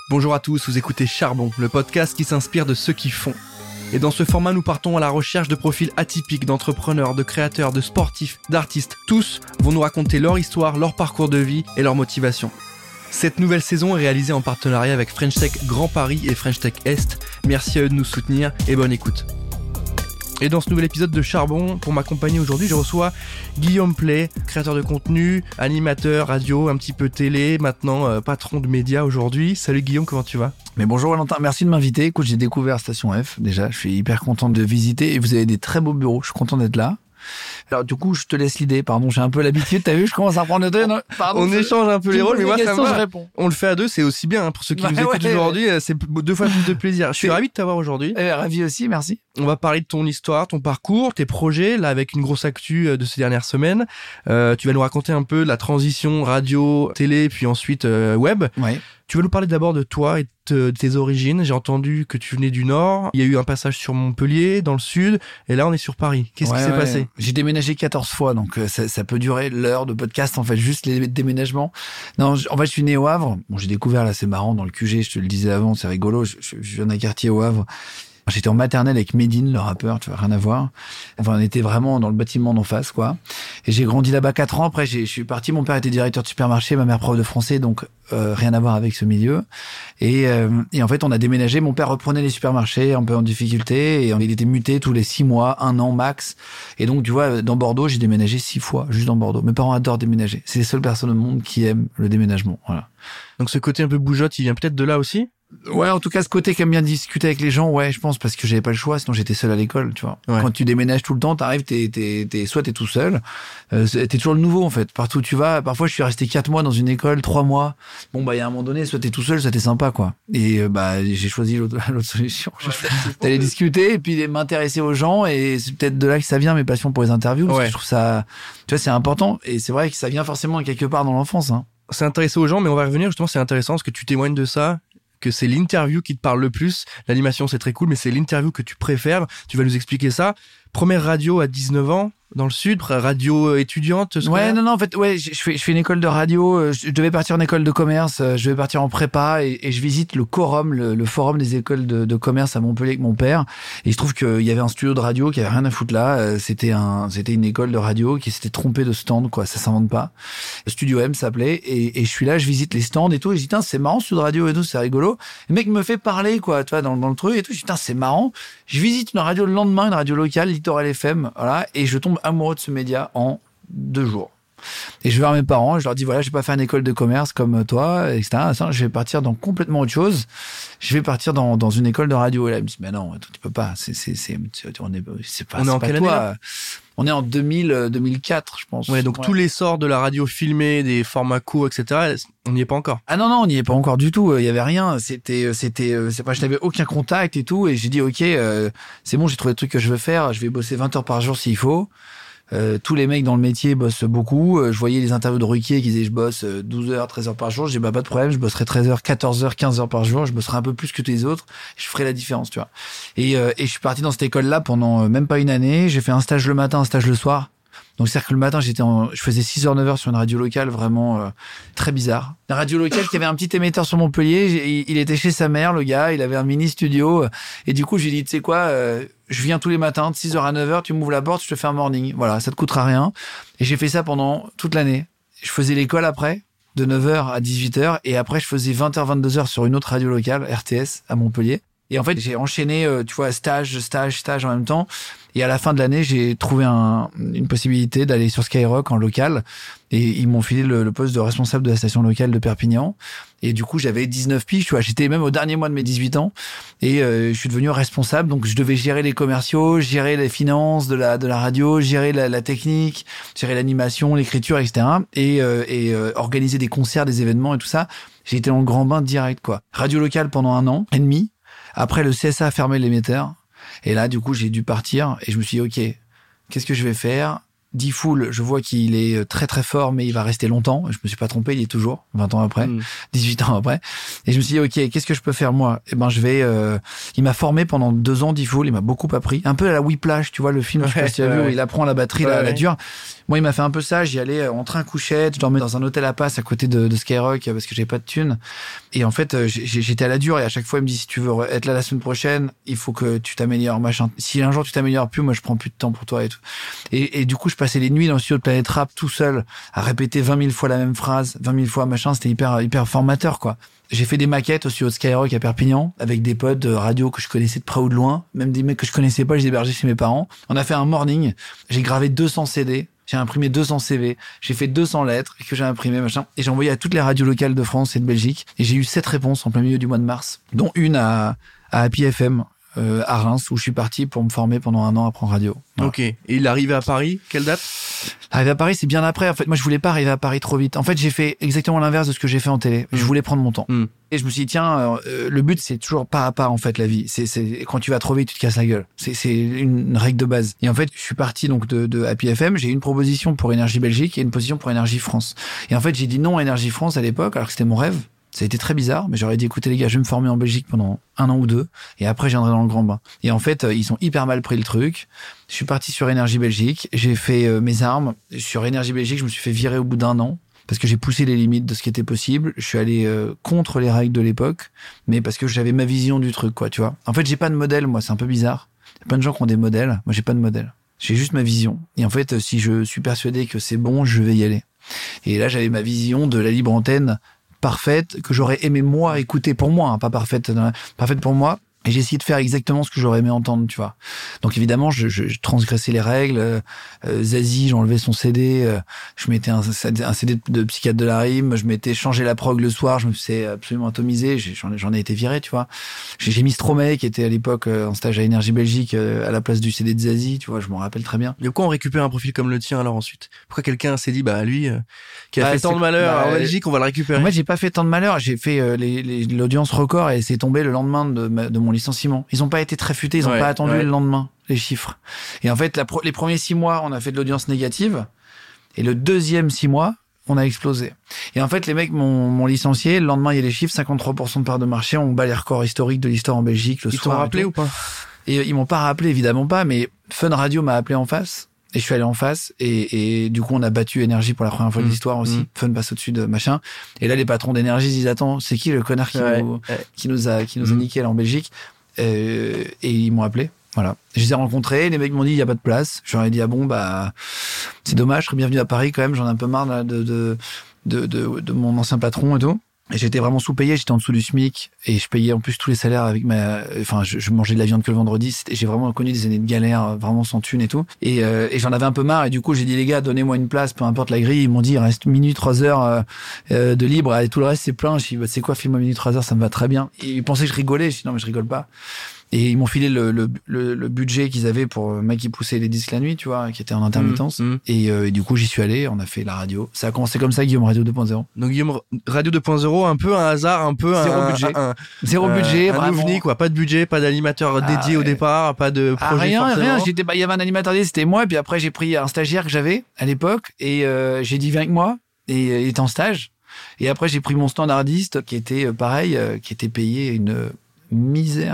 Bonjour à tous, vous écoutez Charbon, le podcast qui s'inspire de ceux qui font. Et dans ce format, nous partons à la recherche de profils atypiques, d'entrepreneurs, de créateurs, de sportifs, d'artistes. Tous vont nous raconter leur histoire, leur parcours de vie et leur motivation. Cette nouvelle saison est réalisée en partenariat avec French Tech Grand Paris et French Tech Est. Merci à eux de nous soutenir et bonne écoute. Et dans ce nouvel épisode de Charbon, pour m'accompagner aujourd'hui, je reçois Guillaume Play, créateur de contenu, animateur, radio, un petit peu télé, maintenant patron de médias aujourd'hui. Salut Guillaume, comment tu vas ? Mais bonjour Valentin, merci de m'inviter. Écoute, j'ai découvert Station F, déjà, je suis hyper content de visiter et vous avez des très beaux bureaux, je suis content d'être là. Alors du coup, je te laisse l'idée, pardon, j'ai un peu l'habitude, t'as vu, je commence à prendre le truc. On échange un peu les rôles, mais moi ça me va. On le fait à deux, c'est aussi bien, hein. Pour ceux qui nous écoutent aujourd'hui, c'est 2 fois plus de plaisir. Je suis ravi de t'avoir aujourd'hui. Ravi aussi, merci. On va parler de ton histoire, ton parcours, tes projets, là avec une grosse actu de ces dernières semaines. Tu vas nous raconter un peu la transition radio, télé, puis ensuite web. Ouais. Tu vas nous parler d'abord de toi et de tes origines. J'ai entendu que tu venais du Nord. Il y a eu un passage sur Montpellier, dans le Sud. Et là, on est sur Paris. Qu'est-ce qui s'est passé ? J'ai déménagé 14 fois, donc ça peut durer l'heure de podcast, en fait, juste les déménagements. Non, en fait, je suis né au Havre. Bon, j'ai découvert, là, c'est marrant, dans le QG, je te le disais avant, c'est rigolo. Je viens d'un quartier au Havre. J'étais en maternelle avec Medine, le rappeur, tu vois, rien à voir. Enfin, on était vraiment dans le bâtiment d'en face, quoi. Et j'ai grandi là-bas 4 ans. Après, je suis parti. Mon père était directeur de supermarché, ma mère prof de français, donc rien à voir avec ce milieu. Et en fait, on a déménagé. Mon père reprenait les supermarchés, un peu en difficulté, et il était muté tous les 6 mois, 1 an max. Et donc, tu vois, dans Bordeaux, j'ai déménagé 6 fois, juste dans Bordeaux. Mes parents adorent déménager. C'est les seules personnes au monde qui aiment le déménagement. Voilà. Donc, ce côté un peu bougeotte, il vient peut-être de là aussi ? Ouais, en tout cas, ce côté qui aime bien discuter avec les gens, ouais, je pense, parce que j'avais pas le choix, sinon j'étais seul à l'école, tu vois. Ouais. Quand tu déménages tout le temps, t'arrives, soit t'es tout seul, t'es toujours le nouveau, en fait. Partout où tu vas, parfois je suis resté 4 mois dans une école, 3 mois. Bon, bah, il y a un moment donné, soit t'es tout seul, soit t'es sympa, quoi. Et, j'ai choisi l'autre solution. D'aller discuter et puis m'intéresser aux gens, et c'est peut-être de là que ça vient, mes passions pour les interviews, parce que je trouve ça, tu vois, c'est important, et c'est vrai que ça vient forcément quelque part dans l'enfance, hein. C'est intéressé aux gens, mais on va revenir, justement, c'est intéressant, parce que tu témoignes de ça, que c'est l'interview qui te parle le plus. L'animation, c'est très cool, mais c'est l'interview que tu préfères. Tu vas nous expliquer ça. Première radio à 19 ans, dans le Sud, radio étudiante. Ouais, non, en fait, ouais, je fais une école de radio. Je devais partir en école de commerce. Je devais partir en prépa et je visite le Quorum, le forum des écoles de commerce à Montpellier avec mon père. Et je trouve qu'il y avait un studio de radio qui avait rien à foutre là. C'était une école de radio qui s'était trompée de stand, quoi. Ça s'invente pas. Le Studio M s'appelait et je suis là, je visite les stands et tout. Et je dis, tiens, c'est marrant, ce studio de radio et tout, c'est rigolo. Le mec me fait parler, quoi, tu vois, dans le truc et tout. Je dis, tiens, c'est marrant. Je visite une radio le lendemain, une radio locale, Littoral FM, voilà, et je tombe amoureux de ce média en 2 jours. Et je vais voir mes parents, je leur dis, voilà, je vais pas faire une école de commerce comme toi, etc. Je vais partir dans complètement autre chose. Je vais partir dans une école de radio. Et là, ils me disent, mais non, tu peux pas, on est en quelle année, là ? On est en 2004, je pense. Ouais, donc tout l'essor de la radio filmée, des formats courts, etc., on n'y est pas encore. Ah non, on n'y est pas encore du tout. Il y avait rien. Je n'avais aucun contact et tout. Et j'ai dit, ok, c'est bon, j'ai trouvé le truc que je veux faire. Je vais bosser 20 heures par jour s'il faut. Tous les mecs dans le métier bossent beaucoup. Je voyais les interviews de Ruquier qui disaient je bosse 12 heures, 13 heures par jour. J'ai dit, pas de problème, je bosserai 13 heures, 14 heures, 15 heures par jour. Je bosserai un peu plus que tous les autres. Je ferai la différence, tu vois. Et je suis parti dans cette école-là pendant même pas une année. J'ai fait un stage le matin, un stage le soir. Donc, c'est-à-dire que le matin, je faisais 6h, 9h sur une radio locale vraiment très bizarre. Une radio locale qui avait un petit émetteur sur Montpellier. Il était chez sa mère, le gars. Il avait un mini studio. Et du coup, j'ai dit, tu sais quoi, je viens tous les matins de 6h à 9h. Tu m'ouvres la porte, je te fais un morning. Voilà, ça te coûtera rien. Et j'ai fait ça pendant toute l'année. Je faisais l'école après, de 9h à 18h. Et après, je faisais 20h, 22h sur une autre radio locale, RTS, à Montpellier. Et en fait, j'ai enchaîné, tu vois, stage en même temps. Et à la fin de l'année, j'ai trouvé une possibilité d'aller sur Skyrock en local. Et ils m'ont filé le poste de responsable de la station locale de Perpignan. Et du coup, j'avais 19 piges, tu vois. J'étais même au dernier mois de mes 18 ans. Et je suis devenu responsable. Donc, je devais gérer les commerciaux, gérer les finances de la radio, gérer la technique, gérer l'animation, l'écriture, etc. Et organiser des concerts, des événements et tout ça. J'ai été dans le grand bain direct, quoi. Radio locale pendant 1 an et demi. Après, le CSA a fermé l'émetteur. Et là, du coup, j'ai dû partir. Et je me suis dit, OK, qu'est-ce que je vais faire ? D-Fool, je vois qu'il est très très fort, mais il va rester longtemps. Je me suis pas trompé, il y est toujours, 20 ans après, 18 ans après. Et je me suis dit, ok, qu'est-ce que je peux faire moi? Eh ben, il m'a formé pendant 2 ans, D-Fool, il m'a beaucoup appris. Un peu à la Whiplash, tu vois, le film, je sais pas si tu as vu, où il apprend la batterie, la dure. Moi, il m'a fait un peu ça, j'y allais en train couchette, je dormais dans un hôtel à Passe à côté de Skyrock parce que j'avais pas de thunes. Et en fait, j'étais à la dure et à chaque fois, il me dit, si tu veux être là la semaine prochaine, il faut que tu t'améliores, machin. Si un jour tu t'améliores plus, moi, je prends plus de temps pour toi et tout. Et du coup, je passais les nuits dans le studio de Planète Rap tout seul à répéter 20 000 fois la même phrase, 20 000 fois machin. C'était hyper formateur, quoi. J'ai fait des maquettes au studio de Skyrock à Perpignan avec des potes de radio que je connaissais de près ou de loin, même des mecs que je connaissais pas, je les hébergeais chez mes parents. On a fait un morning. J'ai gravé 200 CD. J'ai imprimé 200 CV, j'ai fait 200 lettres que j'ai imprimées, machin, et j'ai envoyé à toutes les radios locales de France et de Belgique. Et j'ai eu 7 réponses en plein milieu du mois de mars, dont une à Happy FM, à Reims, où je suis parti pour me former pendant 1 an à apprendre radio. Voilà. Ok. Et il est arrivé à Paris, quelle date? Arrivé à Paris, c'est bien après. En fait, moi, je voulais pas arriver à Paris trop vite. En fait, j'ai fait exactement l'inverse de ce que j'ai fait en télé. Je voulais prendre mon temps. Et je me suis dit, tiens, le but, c'est toujours pas à pas, en fait, la vie. C'est quand tu vas trop vite, tu te casses la gueule. C'est une règle de base. Et en fait, je suis parti donc de Happy FM. J'ai eu une proposition pour Énergie Belgique et une position pour Énergie France. Et en fait, j'ai dit non à Énergie France à l'époque, alors que c'était mon rêve. Ça a été très bizarre, mais j'aurais dit, écoutez les gars, je vais me former en Belgique pendant 1 an ou 2, et après, je viendrai dans le grand bain. Et en fait, ils ont hyper mal pris le truc. Je suis parti sur Énergie Belgique. J'ai fait mes armes. Sur Énergie Belgique, je me suis fait virer au bout d'1 an. Parce que j'ai poussé les limites de ce qui était possible. Je suis allé contre les règles de l'époque, mais parce que j'avais ma vision du truc, quoi, tu vois. En fait, j'ai pas de modèle, moi, c'est un peu bizarre. Il y a plein de gens qui ont des modèles. Moi, j'ai pas de modèle. J'ai juste ma vision. Et en fait, si je suis persuadé que c'est bon, je vais y aller. Et là, j'avais ma vision de la libre antenne parfaite, que j'aurais aimé moi écouter pour moi, hein, pas parfaite pour moi. Et j'ai essayé de faire exactement ce que j'aurais aimé entendre, tu vois. Donc évidemment, je transgressais les règles. Zazie, j'enlevais son CD. Je mettais un CD de Psychiatre de la Rime. Je m'étais changé la prog le soir. Je me faisais absolument atomiser. J'en ai été viré, tu vois. J'ai mis Stromae, qui était à l'époque en stage à Énergie Belgique, à la place du CD de Zazie, tu vois. Je m'en rappelle très bien. Et pourquoi on récupère un profil comme le tien alors ensuite? Pourquoi quelqu'un s'est dit, lui, qui a fait tant de malheur en Belgique, on va le récupérer? Moi, j'ai pas fait tant de malheur. J'ai fait l'audience record et c'est tombé le lendemain de mon licenciement. Ils ont pas été très futés, ils ont pas attendu le lendemain, les chiffres. Et en fait, les premiers 6 mois, on a fait de l'audience négative. Et le deuxième 6 mois, on a explosé. Et en fait, les mecs m'ont licencié. Le lendemain, il y a les chiffres, 53% de part de marché. On bat les records historiques de l'histoire en Belgique le soir. Ils t'ont rappelé ou pas? Et ils m'ont pas rappelé, évidemment pas, mais Fun Radio m'a appelé en face. Et je suis allé en face et du coup on a battu Énergie pour la première fois de l'histoire aussi. Fun passe au-dessus de machin. Et là les patrons d'Énergie disent, attends, c'est qui le connard qui nous a niqué là en Belgique? Et ils m'ont appelé. Voilà. Je les ai rencontrés, les mecs m'ont dit, il y a pas de place. Je leur ai dit, ah bon, c'est dommage, je serais bienvenu à Paris quand même, j'en ai un peu marre là, de mon ancien patron et tout. Et j'étais vraiment sous-payé, j'étais en dessous du SMIC et je payais en plus tous les salaires avec je mangeais de la viande que le vendredi. J'ai vraiment connu des années de galère, vraiment sans thune et tout. Et j'en avais un peu marre et du coup j'ai dit, les gars, donnez-moi une place, peu importe la grille. Ils m'ont dit, il reste 1 minute 3 heures de libre et tout le reste c'est plein. Je dis, c'est quoi, file-moi 1 minute 3 heures, ça me va très bien. Et ils pensaient que je rigolais, je dis, non mais je rigole pas. Et ils m'ont filé le budget qu'ils avaient pour le mec qui poussait les disques la nuit, tu vois, qui était en intermittence. Et du coup, j'y suis allé, on a fait la radio. Ça a commencé comme ça, Guillaume Radio 2.0. Donc Guillaume Radio 2.0, un peu un hasard, un peu Zéro budget, un ovni, quoi. Pas de budget, pas d'animateur dédié au départ, pas de projet rien. Il y avait un animateur dédié, c'était moi. Et puis après, j'ai pris un stagiaire que j'avais à l'époque et j'ai dit, viens avec moi. Et il était en stage. Et après, j'ai pris mon standardiste qui était pareil, qui était payé une misère.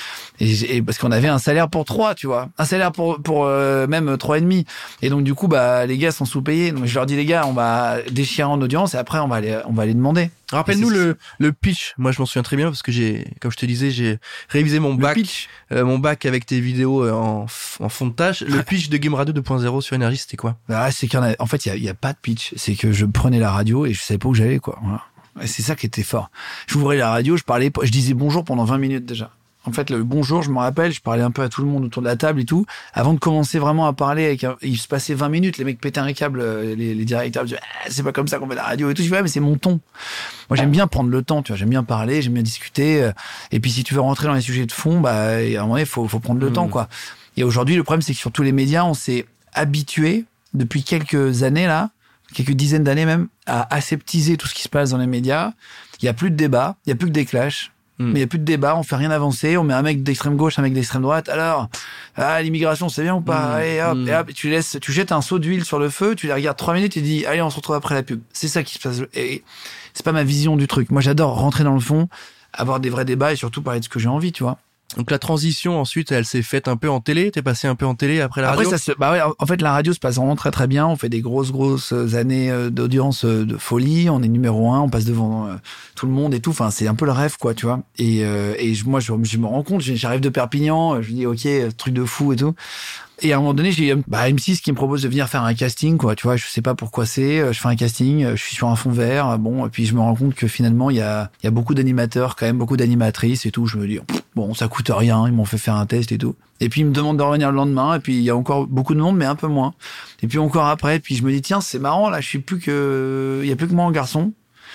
Et parce qu'on avait un salaire pour 3, tu vois. Un salaire pour même 3,5. Et donc, du coup, les gars sont sous-payés. Donc, je leur dis, les gars, on va déchirer en audience et après, on va aller demander. Rappelle-nous le pitch. Moi, je m'en souviens très bien parce que comme je te disais, j'ai révisé mon bac avec tes vidéos en fond de tâche. Le pitch de Game Radio 2.0 sur Énergie, c'était quoi? C'est en fait, il y a pas de pitch. C'est que je prenais la radio et je savais pas où j'allais, quoi. Voilà. Et c'est ça qui était fort. J'ouvrais la radio, je disais bonjour pendant 20 minutes déjà. En fait, le bonjour, je me rappelle, je parlais un peu à tout le monde autour de la table et tout. Avant de commencer vraiment à parler, il se passait 20 minutes, les mecs pétaient un câble, les directeurs disaient, c'est pas comme ça qu'on fait la radio et tout. Je dis, mais c'est mon ton. Moi, j'aime bien prendre le temps, tu vois, j'aime bien parler, j'aime bien discuter. Et puis, si tu veux rentrer dans les sujets de fond, à un moment donné, faut prendre le temps, quoi. Et aujourd'hui, le problème, c'est que sur tous les médias, on s'est habitué, depuis quelques années, là, quelques dizaines d'années même, à aseptiser tout ce qui se passe dans les médias. Il y a plus de débat, il y a plus que des clashs. Mais il n'y a plus de débat, on fait rien avancer, on met un mec d'extrême gauche, un mec d'extrême droite. Alors, l'immigration, c'est bien ou pas? Allez, hop, et hop, tu jettes un seau d'huile sur le feu, tu les regardes 3 minutes et tu dis, allez, on se retrouve après la pub. C'est ça qui se passe. Et c'est pas ma vision du truc. Moi, j'adore rentrer dans le fond, avoir des vrais débats et surtout parler de ce que j'ai envie, tu vois. Donc la transition ensuite, elle s'est faite un peu en télé. T'es passé un peu en télé après la radio. En fait, la radio se passe vraiment très très bien. On fait des grosses années d'audience de folie. On est numéro 1, on passe devant tout le monde et tout. Enfin, c'est un peu le rêve, quoi, tu vois. Et moi, je me rends compte. J'arrive de Perpignan. Je dis, ok, truc de fou et tout. Et à un moment donné, j'ai M6 qui me propose de venir faire un casting, quoi. Tu vois, je sais pas pourquoi c'est. Je fais un casting, je suis sur un fond vert. Bon, et puis je me rends compte que finalement, il y a beaucoup d'animateurs, quand même, beaucoup d'animatrices et tout. Je me dis, bon, ça coûte rien. Ils m'ont fait faire un test et tout. Et puis ils me demandent de revenir le lendemain. Et puis il y a encore beaucoup de monde, mais un peu moins. Et puis encore après, puis je me dis, tiens, c'est marrant. Là, il y a plus que moi en garçon.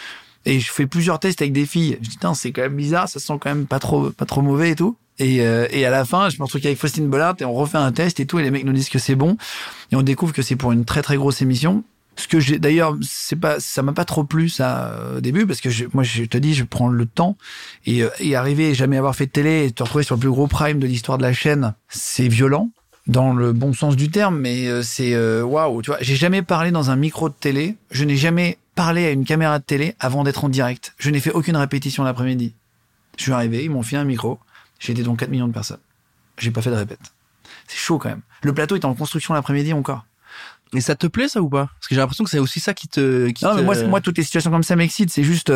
Et je fais plusieurs tests avec des filles. Je dis, tiens, c'est quand même bizarre. Ça sent quand même pas trop mauvais et tout. Et à la fin, je me retrouve avec Faustine Bollard et on refait un test et tout, et les mecs nous disent que c'est bon. Et on découvre que c'est pour une très très grosse émission. Ce que d'ailleurs, ça m'a pas trop plu, ça, au début, parce que moi, je te dis, je prends le temps. Et arriver et jamais avoir fait de télé et te retrouver sur le plus gros prime de l'histoire de la chaîne, c'est violent, dans le bon sens du terme, mais c'est waouh, tu vois. J'ai jamais parlé dans un micro de télé. Je n'ai jamais parlé à une caméra de télé avant d'être en direct. Je n'ai fait aucune répétition l'après-midi. Je suis arrivé, ils m'ont fait un micro. J'ai été devant 4 millions de personnes. J'ai pas fait de répète. C'est chaud quand même. Le plateau est en construction l'après-midi encore. Et ça te plaît, ça, ou pas? Parce que j'ai l'impression que c'est aussi ça qui te... Mais moi, toutes les situations comme ça m'excitent. C'est juste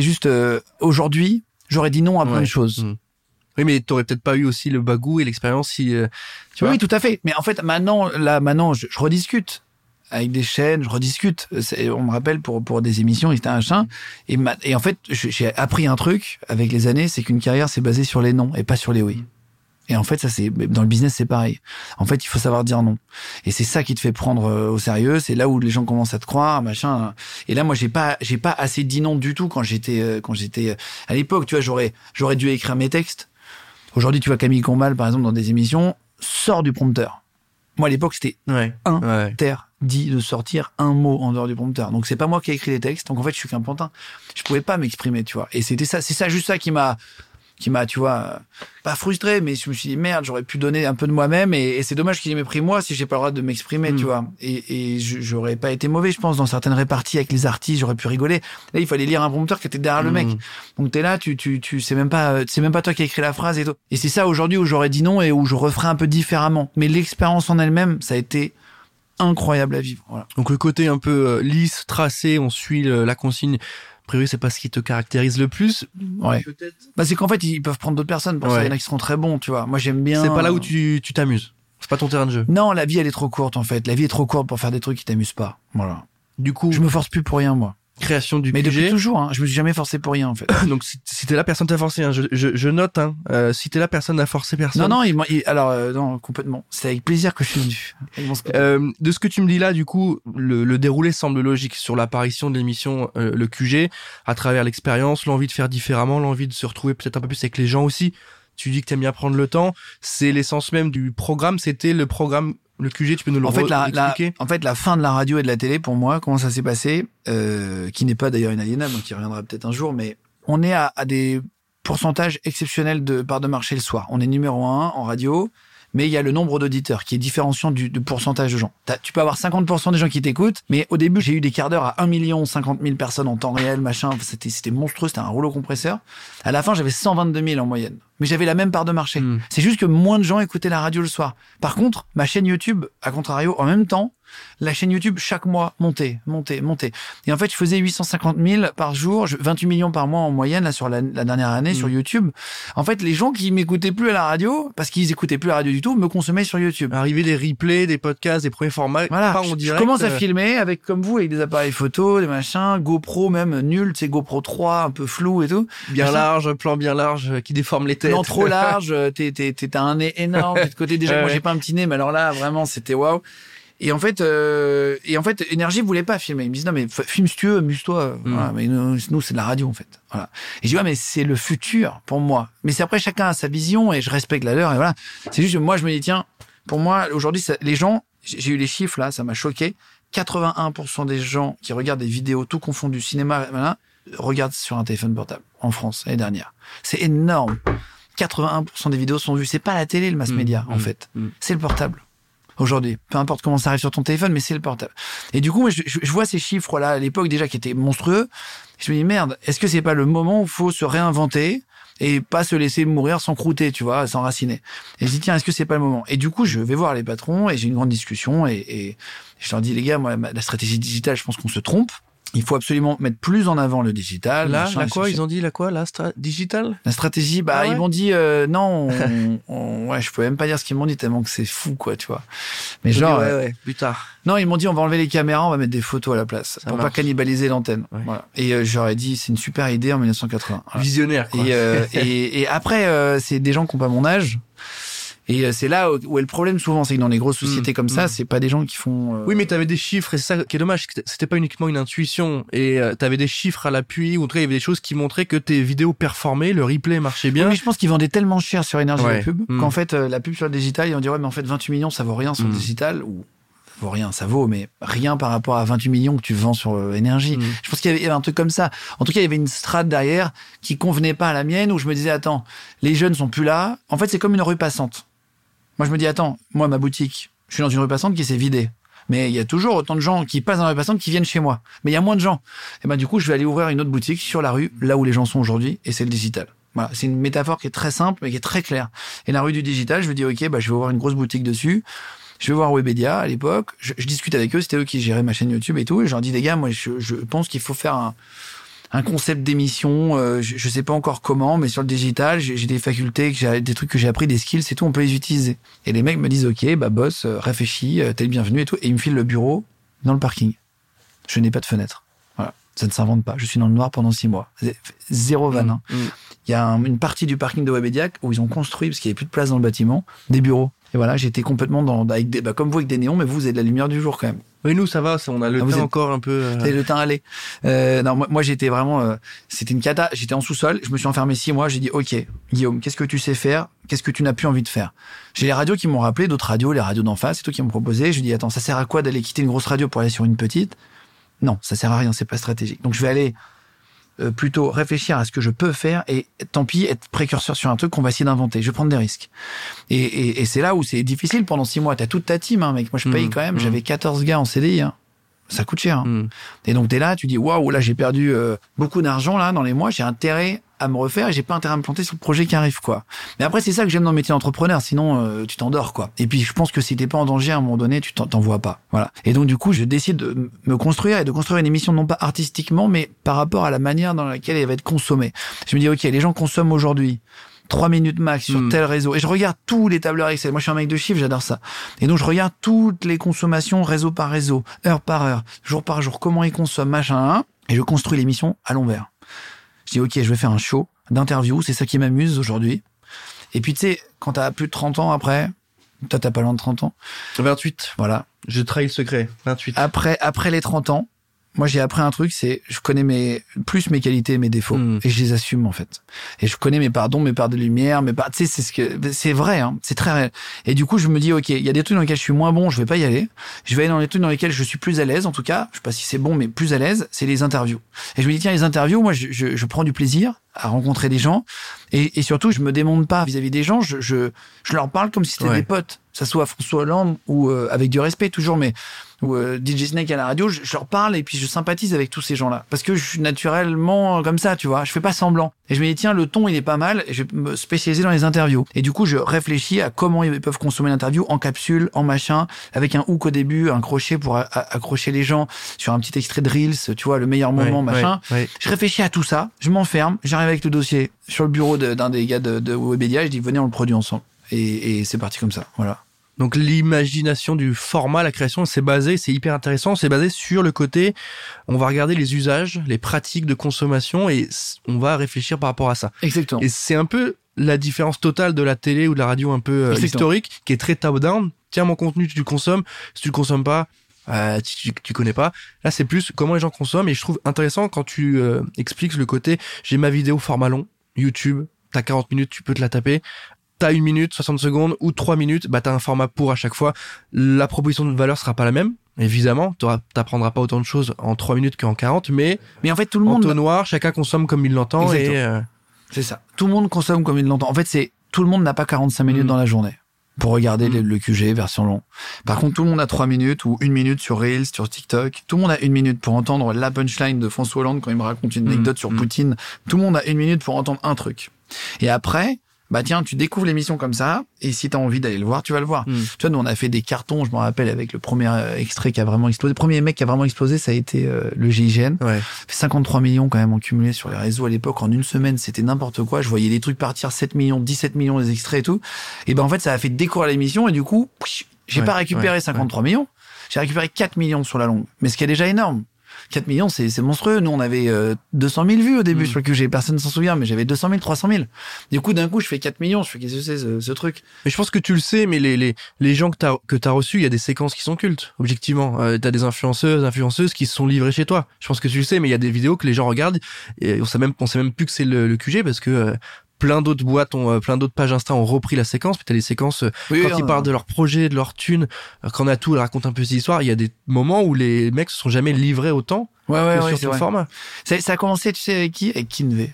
aujourd'hui, j'aurais dit non à plein de choses. Oui, mais t'aurais peut-être pas eu aussi le bagou et l'expérience si, tu vois. Oui, tout à fait. Mais en fait, maintenant, je rediscute avec des chaînes, je rediscute. On me rappelle pour des émissions, c'était un chien. Et en fait, j'ai appris un truc avec les années, c'est qu'une carrière, c'est basé sur les non et pas sur les oui. Et en fait, ça, dans le business, c'est pareil. En fait, il faut savoir dire non. Et c'est ça qui te fait prendre au sérieux. C'est là où les gens commencent à te croire, machin. Et là, moi, j'ai pas assez dit non du tout quand j'étais à l'époque. Tu vois, j'aurais dû écrire mes textes. Aujourd'hui, tu vois, Camille Combal, par exemple, dans des émissions, sort du prompteur. Moi, à l'époque, c'était interdit de sortir un mot en dehors du prompteur. Donc, c'est pas moi qui ai écrit les textes. Donc, en fait, je suis qu'un pantin. Je pouvais pas m'exprimer, tu vois. Et c'est juste ça qui m'a, tu vois, pas frustré, mais je me suis dit, merde, j'aurais pu donner un peu de moi-même, et c'est dommage qu'il ait pris moi si j'ai pas le droit de m'exprimer, tu vois. Et j'aurais pas été mauvais, je pense, dans certaines réparties avec les artistes, j'aurais pu rigoler. Là, il fallait lire un prompteur qui était derrière le mec. Donc t'es là, tu c'est même pas toi qui as écrit la phrase et tout. Et c'est ça aujourd'hui où j'aurais dit non et où je referais un peu différemment. Mais l'expérience en elle-même, ça a été incroyable à vivre, voilà. Donc le côté un peu lisse, tracé, on suit la consigne. A priori, c'est pas ce qui te caractérise le plus. Ouais. Peut-être. C'est qu'en fait, ils peuvent prendre d'autres personnes pour ça. Il y en a qui seront très bons, tu vois. Moi, j'aime bien. C'est pas là où tu t'amuses. C'est pas ton terrain de jeu. Non, la vie, elle est trop courte, en fait. La vie est trop courte pour faire des trucs qui t'amusent pas. Voilà. Du coup. Je me force plus pour rien, moi. Création du QG. Mais depuis toujours, hein. Je me suis jamais forcé pour rien, en fait. Donc, si t'es là, personne t'a forcé, hein. Je note, hein. Si t'es là, personne n'a forcé personne. Non, non, complètement. C'est avec plaisir que je suis venu. De ce que tu me dis là, du coup, le déroulé semble logique sur l'apparition de l'émission, le QG, à travers l'expérience, l'envie de faire différemment, l'envie de se retrouver peut-être un peu plus avec les gens aussi. Tu dis que t'aimes bien prendre le temps. C'est l'essence même du programme. C'était le programme, le QG, tu peux nous le expliquer? En fait, la fin de la radio et de la télé, pour moi, comment ça s'est passé, qui n'est pas d'ailleurs inaliénable, donc qui reviendra peut-être un jour, mais on est à des pourcentages exceptionnels de parts de marché le soir. On est numéro 1 en radio, mais il y a le nombre d'auditeurs qui est différenciant du pourcentage de gens. Tu peux avoir 50% des gens qui t'écoutent, mais au début, j'ai eu des quarts d'heure à 1 50 000 personnes en temps réel, machin. C'était monstrueux, c'était un rouleau compresseur. À la fin, j'avais 122 000 en moyenne. Mais j'avais la même part de marché. C'est juste que moins de gens écoutaient la radio le soir. Par contre, ma chaîne YouTube, à contrario, en même temps, la chaîne YouTube, chaque mois, montait. Et en fait, je faisais 850 000 par jour, 28 millions par mois en moyenne, là, sur la dernière année, sur YouTube. En fait, les gens qui m'écoutaient plus à la radio, parce qu'ils écoutaient plus la radio du tout, me consommaient sur YouTube. Arrivé des replays, des podcasts, des premiers formats, voilà. Pas en direct. Je commence à filmer comme vous, avec des appareils photo, des machins, GoPro même, nul, tu sais, GoPro 3, un peu flou et tout. Bien large, plan bien large, qui déforme les têtes. Non, trop large, t'as un nez énorme, de côté déjà, moi j'ai pas un petit nez, mais alors là, vraiment, c'était waouh. Et en fait, Énergie voulait pas filmer. Ils me disent, non, mais filme si tu veux, amuse-toi. Voilà, mais nous, c'est de la radio, en fait. Voilà. Et je dis, ouais, mais c'est le futur, pour moi. Mais c'est après, chacun a sa vision, et je respecte la leur, et voilà. C'est juste que moi, je me dis, tiens, pour moi, aujourd'hui, les gens, j'ai eu les chiffres, là, ça m'a choqué. 81% des gens qui regardent des vidéos tout confondu, cinéma, voilà, regardent sur un téléphone portable en France l'année dernière. C'est énorme. 81% des vidéos sont vues. C'est pas la télé, le mass média, en fait. C'est le portable. Aujourd'hui, peu importe comment ça arrive sur ton téléphone, mais c'est le portable. Et du coup, moi, je vois ces chiffres-là à l'époque déjà qui étaient monstrueux. Je me dis merde, est-ce que c'est pas le moment où il faut se réinventer et pas se laisser mourir sans croûter, tu vois, s'enraciner. Et je dis tiens, est-ce que c'est pas le moment? Et du coup, je vais voir les patrons et j'ai une grande discussion et je leur dis les gars, moi, la stratégie digitale, je pense qu'on se trompe. Il faut absolument mettre plus en avant le digital. Là, ils ont dit digital? La stratégie, ouais. Ils m'ont dit, non, ouais, je peux même pas dire ce qu'ils m'ont dit tellement que c'est fou, quoi, tu vois. Mais genre, plus tard. Non, ils m'ont dit, on va enlever les caméras, on va mettre des photos à la place. Pour pas cannibaliser l'antenne. Ouais. Voilà. Et j'aurais dit, c'est une super idée en 1980. Voilà. Visionnaire, quoi. Et après, c'est des gens qui ont pas mon âge. Et c'est là où est le problème souvent, c'est que dans les grosses sociétés comme ça, c'est pas des gens qui font... Oui, mais t'avais des chiffres, et c'est ça qui est dommage, c'était pas uniquement une intuition, et t'avais des chiffres à l'appui, ou en tout cas, il y avait des choses qui montraient que tes vidéos performaient, le replay marchait bien. Oui, mais je pense qu'ils vendaient tellement cher sur énergie la pub, qu'en fait, la pub sur le digital, ils vont dire, ouais, mais en fait, 28 millions, ça vaut rien sur le digital, ou... Ça vaut rien, ça vaut, mais rien par rapport à 28 millions que tu vends sur énergie. Je pense qu'il y avait un truc comme ça. En tout cas, il y avait une strate derrière qui convenait pas à la mienne, où je me disais, attends, les jeunes sont plus là. En fait, c'est comme une rue passante. Moi, je me dis, attends, moi, ma boutique, je suis dans une rue passante qui s'est vidée. Mais il y a toujours autant de gens qui passent dans la rue passante qui viennent chez moi. Mais il y a moins de gens. Et ben, du coup, je vais aller ouvrir une autre boutique sur la rue, là où les gens sont aujourd'hui, et c'est le digital. Voilà. C'est une métaphore qui est très simple, mais qui est très claire. Et la rue du digital, je me dis, OK, je vais ouvrir une grosse boutique dessus. Je vais voir Webedia à l'époque. Je discute avec eux, c'était eux qui géraient ma chaîne YouTube et tout. Et je leur dis, les gars, moi, je pense qu'il faut faire un concept d'émission, je sais pas encore comment, mais sur le digital, j'ai des facultés, des trucs que j'ai appris, des skills, c'est tout, on peut les utiliser. Et les mecs me disent, OK, boss, réfléchis, t'es le bienvenu et tout. Et ils me filent le bureau dans le parking. Je n'ai pas de fenêtre. Voilà. Ça ne s'invente pas. Je suis dans le noir pendant 6 mois. Zéro vanne. Il y a une partie du parking de Webedia où ils ont construit, parce qu'il n'y avait plus de place dans le bâtiment, des bureaux. Et voilà, j'étais complètement comme vous avec des néons, mais vous avez de la lumière du jour quand même. Oui, nous, ça va, on a le teint encore un peu... Vous avez le teint allé. Non, moi, j'étais vraiment... c'était une cata. J'étais en sous-sol, je me suis enfermé 6 mois, j'ai dit, OK, Guillaume, qu'est-ce que tu sais faire? Qu'est-ce que tu n'as plus envie de faire? J'ai les radios qui m'ont rappelé, d'autres radios, les radios d'en face, c'est tout qui m'ont proposé. Je dis, attends, ça sert à quoi d'aller quitter une grosse radio pour aller sur une petite? Non, ça sert à rien, c'est pas stratégique. Donc, je vais aller plutôt réfléchir à ce que je peux faire et tant pis être précurseur sur un truc qu'on va essayer d'inventer. Je vais prendre des risques. Et c'est là où c'est difficile pendant 6 mois. T'as toute ta team, hein, mec. Moi, je paye quand même. J'avais 14 gars en CDI. Hein. Ça coûte cher. Hein. Et donc, t'es là, tu dis, waouh, là, j'ai perdu beaucoup d'argent là dans les mois. J'ai intérêt à me refaire et j'ai pas intérêt à me planter sur le projet qui arrive, quoi. Mais après, c'est ça que j'aime dans le métier d'entrepreneur. Sinon, tu t'endors, quoi. Et puis, je pense que si t'es pas en danger à un moment donné, tu t'en vois pas. Voilà. Et donc, du coup, je décide de me construire et de construire une émission non pas artistiquement, mais par rapport à la manière dans laquelle elle va être consommée. Je me dis, OK, les gens consomment aujourd'hui 3 minutes max sur tel réseau. Et je regarde tous les tableurs Excel. Moi, je suis un mec de chiffres, j'adore ça. Et donc, je regarde toutes les consommations réseau par réseau, heure par heure, jour par jour, comment ils consomment, machin, et je construis l'émission à l'envers. Je dis, OK, je vais faire un show d'interview, c'est ça qui m'amuse aujourd'hui. Et puis, tu sais, quand t'as plus de 30 ans après, toi, t'as pas loin de 30 ans. 28. Voilà. Je trahis le secret. 28. Après les 30 ans, moi, j'ai appris un truc, c'est, je connais plus mes qualités et mes défauts. Et je les assume, en fait. Et je connais mes parts de lumière, tu sais, c'est vrai, hein. C'est très réel. Et du coup, je me dis, OK, il y a des trucs dans lesquels je suis moins bon, je vais pas y aller. Je vais aller dans les trucs dans lesquels je suis plus à l'aise, en tout cas. Je sais pas si c'est bon, mais plus à l'aise, c'est les interviews. Et je me dis, tiens, les interviews, moi, je prends du plaisir à rencontrer des gens. Et surtout, je me démonte pas vis-à-vis des gens. Je leur parle comme si c'était des potes. Que ça soit François Hollande ou avec du respect toujours, mais ou DJ Snake à la radio, je leur parle et puis je sympathise avec tous ces gens-là parce que je suis naturellement comme ça, tu vois, je fais pas semblant. Et je me dis tiens, le ton il est pas mal et je vais me spécialiser dans les interviews. Et du coup, je réfléchis à comment ils peuvent consommer l'interview en capsule, en machin, avec un hook au début, un crochet pour accrocher les gens sur un petit extrait de Reels, tu vois, le meilleur moment, machin. Je réfléchis à tout ça, je m'enferme, j'arrive avec le dossier sur le bureau d'un des gars de Webedia, et je dis venez, on le produit ensemble. Et c'est parti comme ça, voilà. Donc l'imagination du format, la création, c'est hyper intéressant, c'est basé sur le côté, on va regarder les usages, les pratiques de consommation et on va réfléchir par rapport à ça. Exactement. Et c'est un peu la différence totale de la télé ou de la radio un peu historique, qui est très top-down. Tiens, mon contenu, tu le consommes. Si tu le consommes pas, tu connais pas. Là, c'est plus comment les gens consomment et je trouve intéressant quand tu expliques le côté, j'ai ma vidéo format long, YouTube, t'as 40 minutes, tu peux te la taper. T'as 1 minute, 60 secondes ou 3 minutes, bah t'as un format pour à chaque fois. La proposition de valeur sera pas la même. Évidemment, t'apprendras pas autant de choses en 3 minutes qu'en 40, mais en fait, tout le monde... entonnoir, chacun consomme comme il l'entend. Exactement. C'est ça. Tout le monde consomme comme il l'entend. En fait, tout le monde n'a pas 45 minutes dans la journée pour regarder le QG version long. Par contre, tout le monde a 3 minutes ou 1 minute sur Reels, sur TikTok. Tout le monde a 1 minute pour entendre la punchline de François Hollande quand il me raconte une anecdote sur Poutine. Tout le monde a 1 minute pour entendre un truc. Et après, tiens, tu découvres l'émission comme ça, et si t'as envie d'aller le voir, tu vas le voir. Tu vois, nous, on a fait des cartons, je me rappelle, avec le premier extrait qui a vraiment explosé. Le premier mec qui a vraiment explosé, ça a été le GIGN. Ouais. 53 millions quand même en cumulé sur les réseaux à l'époque. En une semaine, c'était n'importe quoi. Je voyais des trucs partir, 7 millions, 17 millions des extraits et tout. Et en fait, ça a fait découvrir l'émission, et du coup, j'ai pas récupéré 53 millions. J'ai récupéré 4 millions sur la longue. Mais ce qui est déjà énorme. 4 millions, c'est monstrueux. Nous, on avait 200 000 vues au début sur le QG. Personne ne s'en souvient, mais j'avais 200 000, 300 000. Du coup, d'un coup, je fais 4 millions. Je fais, qu'est-ce que c'est ce truc? Mais je pense que tu le sais, mais les gens que t'as reçus, il y a des séquences qui sont cultes, objectivement. T'as des influenceuses qui se sont livrées chez toi. Je pense que tu le sais, mais il y a des vidéos que les gens regardent et on sait même plus que c'est le QG parce que plein d'autres boîtes plein d'autres pages Insta ont repris la séquence. Puis t'as les séquences quand ils parlent de leur projet, de leur thune, quand Natou elle raconte un peu ses histoires. Il y a des moments où les mecs se sont jamais livrés autant sur ce format. Ça a commencé, tu sais, avec qui? Avec Kinvey.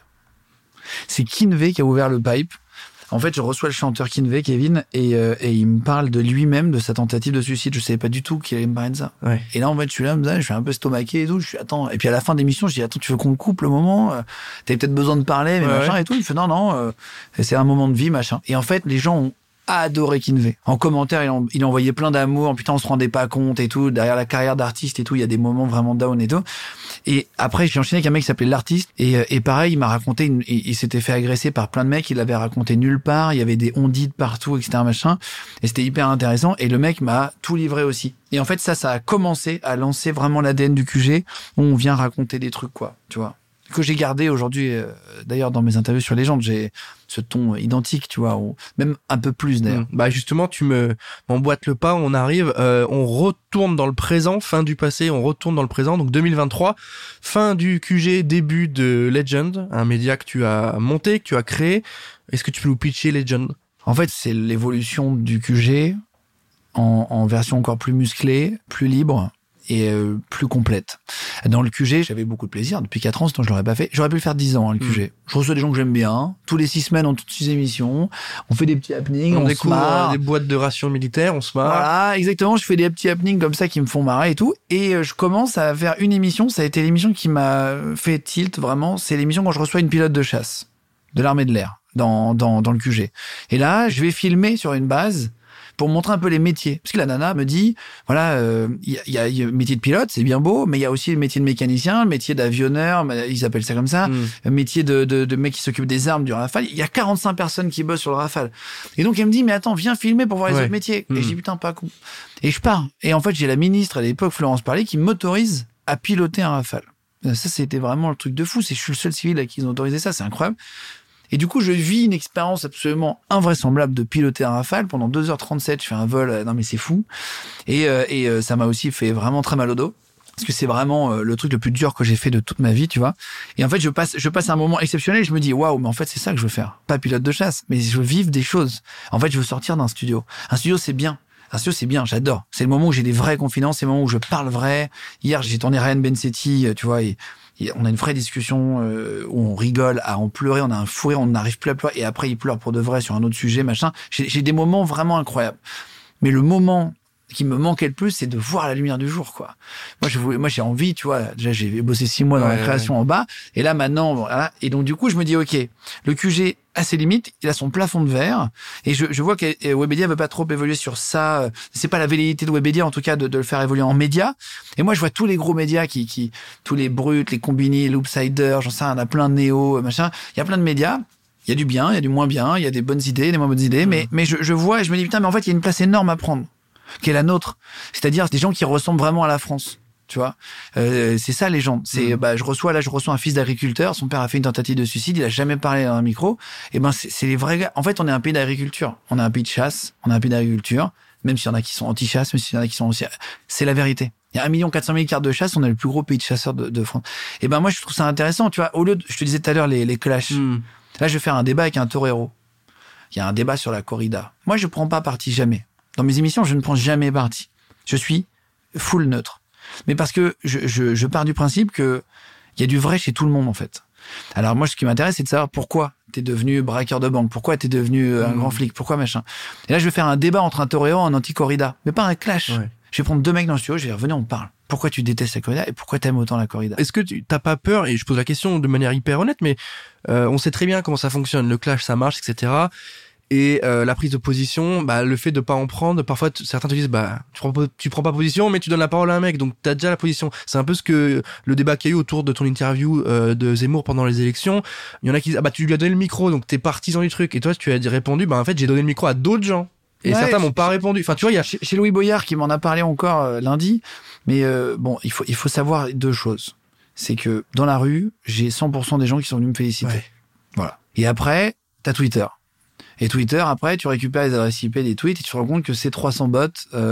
C'est Kinvey qui a ouvert le pipe. En fait, je reçois le chanteur Kinvey, Kevin, et il me parle de lui-même, de sa tentative de suicide. Je savais pas du tout qu'il allait me parler de ça. Ouais. Et là, en fait, je suis là, je suis un peu stomaqué et tout. Je suis, attends. Et puis à la fin de l'émission, je dis, attends, tu veux qu'on coupe le moment? T'avais peut-être besoin de parler, mais machin et tout. Il fait, non, c'est un moment de vie, machin. Et en fait, les gens ont adoré Kinvey. En commentaire, il envoyait plein d'amour. Putain, on se rendait pas compte et tout. Derrière la carrière d'artiste et tout, il y a des moments vraiment down et tout. Et après, j'ai enchaîné avec un mec qui s'appelait L'Artiste. Et pareil, il m'a raconté, il s'était fait agresser par plein de mecs. Il l'avait raconté nulle part. Il y avait des on-dit de partout, etc., machin. Et c'était hyper intéressant. Et le mec m'a tout livré aussi. Et en fait, ça a commencé à lancer vraiment l'ADN du QG, où on vient raconter des trucs, quoi. Tu vois. Que j'ai gardé aujourd'hui, d'ailleurs, dans mes interviews sur Légende, j'ai ce ton identique, tu vois, ou même un peu plus, d'ailleurs. Bah, justement, tu m'emboîtes le pas, on arrive, on retourne dans le présent, fin du passé, on retourne dans le présent, donc 2023, fin du QG, début de Legend, un média que tu as monté, que tu as créé. Est-ce que tu peux nous pitcher Legend? En fait, c'est l'évolution du QG en version encore plus musclée, plus libre, et plus complète. Dans le QG, j'avais beaucoup de plaisir. Depuis 4 ans, sinon je l'aurais pas fait. J'aurais pu le faire 10 ans, hein, le QG. Je reçois des gens que j'aime bien. Tous les 6 semaines, on tourne 6 émissions. On fait des petits happenings, on découvre des boîtes de rations militaires, on se marre. Voilà, exactement. Je fais des petits happenings comme ça qui me font marrer et tout. Et je commence à faire une émission. Ça a été l'émission qui m'a fait tilt, vraiment. C'est l'émission quand je reçois une pilote de chasse de l'armée de l'air dans le QG. Et là, je vais filmer sur une base pour montrer un peu les métiers. Parce que la nana me dit, voilà, il y a le métier de pilote, c'est bien beau, mais il y a aussi le métier de mécanicien, le métier d'avionneur, ils appellent ça comme ça, le métier de mec qui s'occupe des armes du Rafale. Il y a 45 personnes qui bossent sur le Rafale. Et donc, elle me dit, mais attends, viens filmer pour voir les autres métiers. Et je dis, putain, pas con. Et je pars. Et en fait, j'ai la ministre à l'époque, Florence Parly, qui m'autorise à piloter un Rafale. Ça, c'était vraiment le truc de fou. Je suis le seul civil à qui ils ont autorisé ça. C'est incroyable. Et du coup, je vis une expérience absolument invraisemblable de piloter un Rafale. Pendant 2h37, je fais un vol. Non, mais c'est fou. Et ça m'a aussi fait vraiment très mal au dos. Parce que c'est vraiment le truc le plus dur que j'ai fait de toute ma vie, tu vois. Et en fait, je passe un moment exceptionnel et je me dis, waouh, mais en fait, c'est ça que je veux faire. Pas pilote de chasse, mais je veux vivre des choses. En fait, je veux sortir d'un studio. Un studio, c'est bien. Un studio, c'est bien, j'adore. C'est le moment où j'ai des vraies confidences, c'est le moment où je parle vrai. Hier, j'ai tourné Ryan Bensetti, tu vois, et on a une vraie discussion où on rigole à en pleurer, on a un fou rire, on n'arrive plus à pleurer, et après il pleure pour de vrai sur un autre sujet, machin. J'ai des moments vraiment incroyables. Mais le moment qui me manquait le plus, c'est de voir la lumière du jour, quoi. Moi, j'ai envie, tu vois. Déjà, j'ai bossé 6 mois dans la création en bas, et là maintenant, voilà. Et donc du coup, je me dis, ok, le QG a ses limites, il a son plafond de verre, et je vois que Webedia veut pas trop évoluer sur ça. C'est pas la velléité de Webedia, en tout cas, de le faire évoluer en média. Et moi, je vois tous les gros médias tous les Brut, les Combini, Loopsider, j'en sais, on a plein de Néo, machin. Il y a plein de médias. Il y a du bien, il y a du moins bien, il y a des bonnes idées, des moins bonnes idées, mais je vois et je me dis, putain, mais en fait, il y a une place énorme à prendre, qui est la nôtre. C'est-à-dire des gens qui ressemblent vraiment à la France. Tu vois, c'est ça Légende. C'est je reçois un fils d'agriculteur. Son père a fait une tentative de suicide. Il a jamais parlé dans un micro. Et c'est les vrais gars. En fait, on est un pays d'agriculture. On est un pays de chasse. On est un pays d'agriculture. Même s'il y en a qui sont anti-chasse, même s'il y en a qui sont aussi. C'est la vérité. Il y a 1 400 000 cartes de chasse. On est le plus gros pays de chasseurs de France. Et moi, je trouve ça intéressant. Tu vois, au lieu de, je te disais tout à l'heure les clashs. Là, je vais faire un débat avec un torero. Il y a un débat sur la corrida. Moi, je prends pas parti jamais. Dans mes émissions, je ne prends jamais parti. Je suis full neutre. Mais parce que je pars du principe que il y a du vrai chez tout le monde, en fait. Alors moi, ce qui m'intéresse, c'est de savoir pourquoi t'es devenu braqueur de banque, pourquoi t'es devenu un grand flic, pourquoi machin. Et là, je vais faire un débat entre un torero et un anti-corrida, mais pas un clash. Ouais. Je vais prendre 2 mecs dans le studio, je vais dire, venez, on parle. Pourquoi tu détestes la corrida et pourquoi t'aimes autant la corrida? Est-ce que t'as pas peur, et je pose la question de manière hyper honnête, mais on sait très bien comment ça fonctionne, le clash, ça marche, etc. Et la prise de position, le fait de pas en prendre, parfois certains te disent tu prends pas position, mais tu donnes la parole à un mec, donc t'as déjà la position. C'est un peu ce que le débat qu'il y a eu autour de ton interview de Zemmour pendant les élections. Il y en a qui disent tu lui as donné le micro, donc t'es partisan du truc, et toi tu as répondu en fait j'ai donné le micro à d'autres gens. Et certains m'ont pas répondu. Enfin, tu vois, il y a chez Louis Boyard qui m'en a parlé encore lundi. Mais il faut savoir 2 choses. C'est que dans la rue, j'ai 100% des gens qui sont venus me féliciter. Ouais. Voilà. Et après, t'as Twitter. Et Twitter, après, tu récupères les adresses IP des tweets et tu te rends compte que c'est 300 bots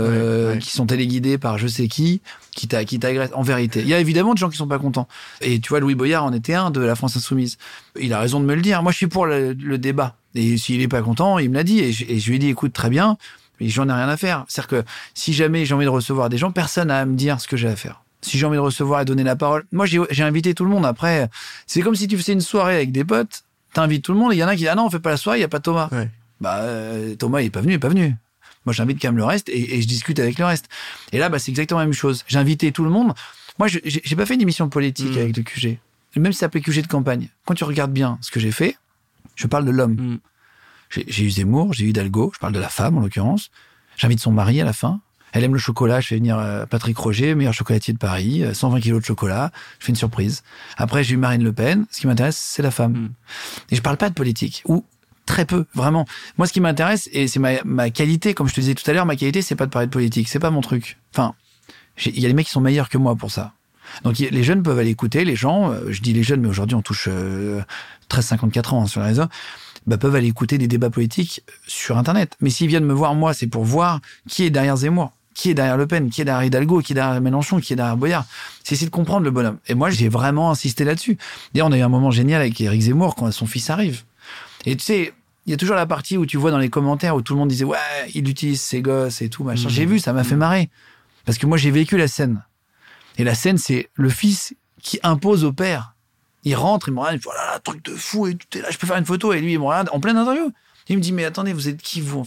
qui sont téléguidés par je sais qui t'agressent. En vérité, il y a évidemment des gens qui sont pas contents. Et tu vois, Louis Boyard en était un de la France Insoumise. Il a raison de me le dire. Moi, je suis pour le débat. Et s'il est pas content, il me l'a dit. Et je lui ai dit, écoute, très bien, mais j'en ai rien à faire. C'est-à-dire que si jamais j'ai envie de recevoir des gens, personne n'a à me dire ce que j'ai à faire. Si j'ai envie de recevoir et donner la parole, moi, j'ai invité tout le monde. Après, c'est comme si tu faisais une soirée avec des potes. T'invites tout le monde et il y en a qui disent non, on fait pas la soirée, il y a pas Thomas. Ouais. Thomas il est pas venu. Moi j'invite quand même le reste et je discute avec le reste. Et là c'est exactement la même chose. J'ai invité tout le monde. Moi j'ai pas fait une émission politique avec le QG. Même si ça s'appelait QG de campagne. Quand tu regardes bien ce que j'ai fait, je parle de l'homme. J'ai eu Zemmour, j'ai eu Hidalgo, je parle de la femme en l'occurrence. J'invite son mari à la fin. Elle aime le chocolat, je fais venir Patrick Roger, meilleur chocolatier de Paris, 120 kilos de chocolat, je fais une surprise. Après, j'ai eu Marine Le Pen, ce qui m'intéresse, c'est la femme. Et je parle pas de politique, ou très peu, vraiment. Moi, ce qui m'intéresse, et c'est ma qualité, comme je te disais tout à l'heure, ma qualité, c'est pas de parler de politique, c'est pas mon truc. Enfin, il y a des mecs qui sont meilleurs que moi pour ça. Donc les jeunes peuvent aller écouter, les gens, je dis les jeunes, mais aujourd'hui on touche 13-54 ans sur les réseaux, peuvent aller écouter des débats politiques sur Internet. Mais s'ils viennent me voir, moi, c'est pour voir qui est derrière Zemmour. Qui est derrière Le Pen, qui est derrière Hidalgo, qui est derrière Mélenchon, qui est derrière Boyard. C'est essayer de comprendre le bonhomme. Et moi, j'ai vraiment insisté là-dessus. D'ailleurs, on a eu un moment génial avec Éric Zemmour quand son fils arrive. Et tu sais, il y a toujours la partie où tu vois dans les commentaires où tout le monde disait « Ouais, il utilise ses gosses et tout, machin. » J'ai vu, ça m'a fait marrer. Parce que moi, j'ai vécu la scène. Et la scène, c'est le fils qui impose au père. Il rentre, il me regarde, il me dit « Voilà, truc de fou, et tout est là, je peux faire une photo. » Et lui, il me regarde en pleine interview. Il me dit « Mais attendez, vous êtes qui, vous, en fait ?»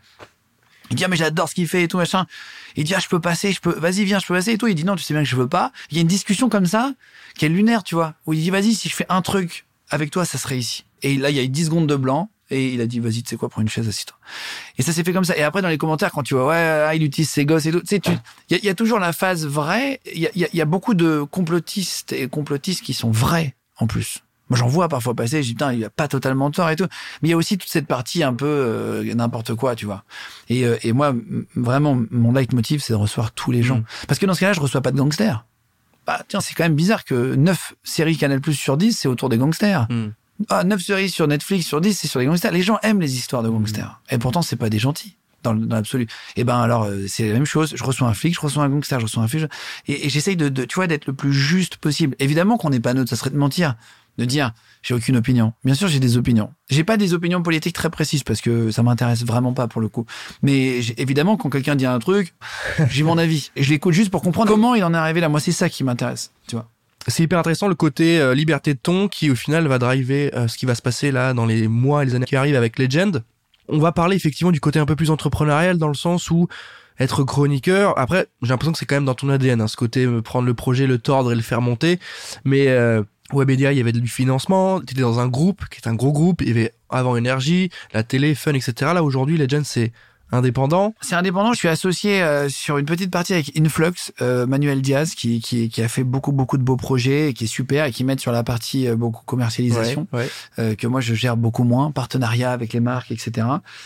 Il dit, mais j'adore ce qu'il fait et tout, machin. Il dit, je peux passer, vas-y, viens, je peux passer et tout. Il dit, non, tu sais bien que je veux pas. Il y a une discussion comme ça, qui est lunaire, tu vois, où il dit, vas-y, si je fais un truc avec toi, ça serait ici. Et là, il y a eu 10 secondes de blanc, et il a dit, vas-y, tu sais quoi, prends une chaise, assis-toi. Et ça s'est fait comme ça. Et après, dans les commentaires, quand tu vois, il utilise ses gosses et tout, tu sais, il y a toujours la phase vraie. Il y a beaucoup de complotistes et complotistes qui sont vrais, en plus. Moi, j'en vois parfois passer, je dis, putain, il a pas totalement tort et tout. Mais il y a aussi toute cette partie un peu n'importe quoi, tu vois. Et moi, vraiment, mon leitmotiv, c'est de recevoir tous les gens. Parce que dans ce cas-là, je reçois pas de gangsters. Tiens, c'est quand même bizarre que 9 séries Canal+ sur 10, c'est autour des gangsters. 9 séries sur Netflix sur 10, c'est sur des gangsters. Les gens aiment les histoires de gangsters. Et pourtant, c'est pas des gentils. Dans l'absolu. Et alors, c'est la même chose. Je reçois un flic, je reçois un gangster, je reçois un flic. Et j'essaye tu vois, d'être le plus juste possible. Évidemment qu'on n'est pas neutre, ça serait de mentir. De dire, j'ai aucune opinion. Bien sûr, j'ai des opinions. J'ai pas des opinions politiques très précises parce que ça m'intéresse vraiment pas pour le coup. Mais évidemment, quand quelqu'un dit un truc, j'ai mon avis. Et je l'écoute juste pour comprendre comment il en est arrivé là. Moi, c'est ça qui m'intéresse, tu vois. C'est hyper intéressant le côté liberté de ton qui, au final, va driver ce qui va se passer là dans les mois et les années qui arrivent avec Legend. On va parler effectivement du côté un peu plus entrepreneurial dans le sens où être chroniqueur, après, j'ai l'impression que c'est quand même dans ton ADN, ce côté prendre le projet, le tordre et le faire monter. Mais Webedia, il y avait du financement, tu étais dans un groupe qui est un gros groupe, il y avait avant Énergie, la télé, Fun, etc. Là, aujourd'hui, Legend, c'est indépendant. C'est indépendant, je suis associé sur une petite partie avec Influx, Manuel Diaz, qui a fait beaucoup de beaux projets, et qui est super, et qui m'aide sur la partie beaucoup commercialisation, que moi je gère beaucoup moins, partenariat avec les marques, etc.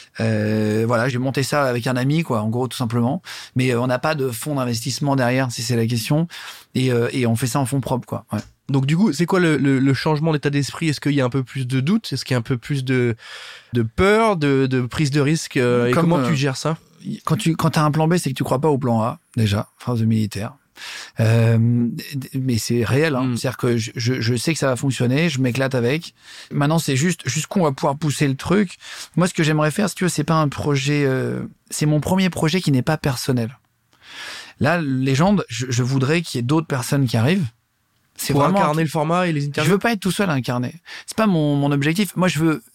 Voilà, j'ai monté ça avec un ami, quoi, en gros, tout simplement. Mais on n'a pas de fonds d'investissement derrière, si c'est la question. Et on fait ça en fonds propres, quoi. Ouais. Donc du coup, c'est quoi le changement d'état d'esprit? Est-ce qu'il y a un peu plus de doute? Est-ce qu'il y a un peu plus de peur, de prise de risque? Et comment tu gères ça? Quand t'as un plan B, c'est que tu crois pas au plan A, déjà, phrase de militaire. Mais c'est réel, hein. C'est-à-dire que je sais que ça va fonctionner, je m'éclate avec. Maintenant, c'est juste jusqu'où on va pouvoir pousser le truc. Moi, ce que j'aimerais faire, si tu veux, c'est pas un projet, c'est mon premier projet qui n'est pas personnel. Là, légende, je voudrais qu'il y ait d'autres personnes qui arrivent. C'est pour vraiment incarner le format et les interviews. Je veux pas être tout seul à incarner. C'est pas mon objectif. Moi, je veux,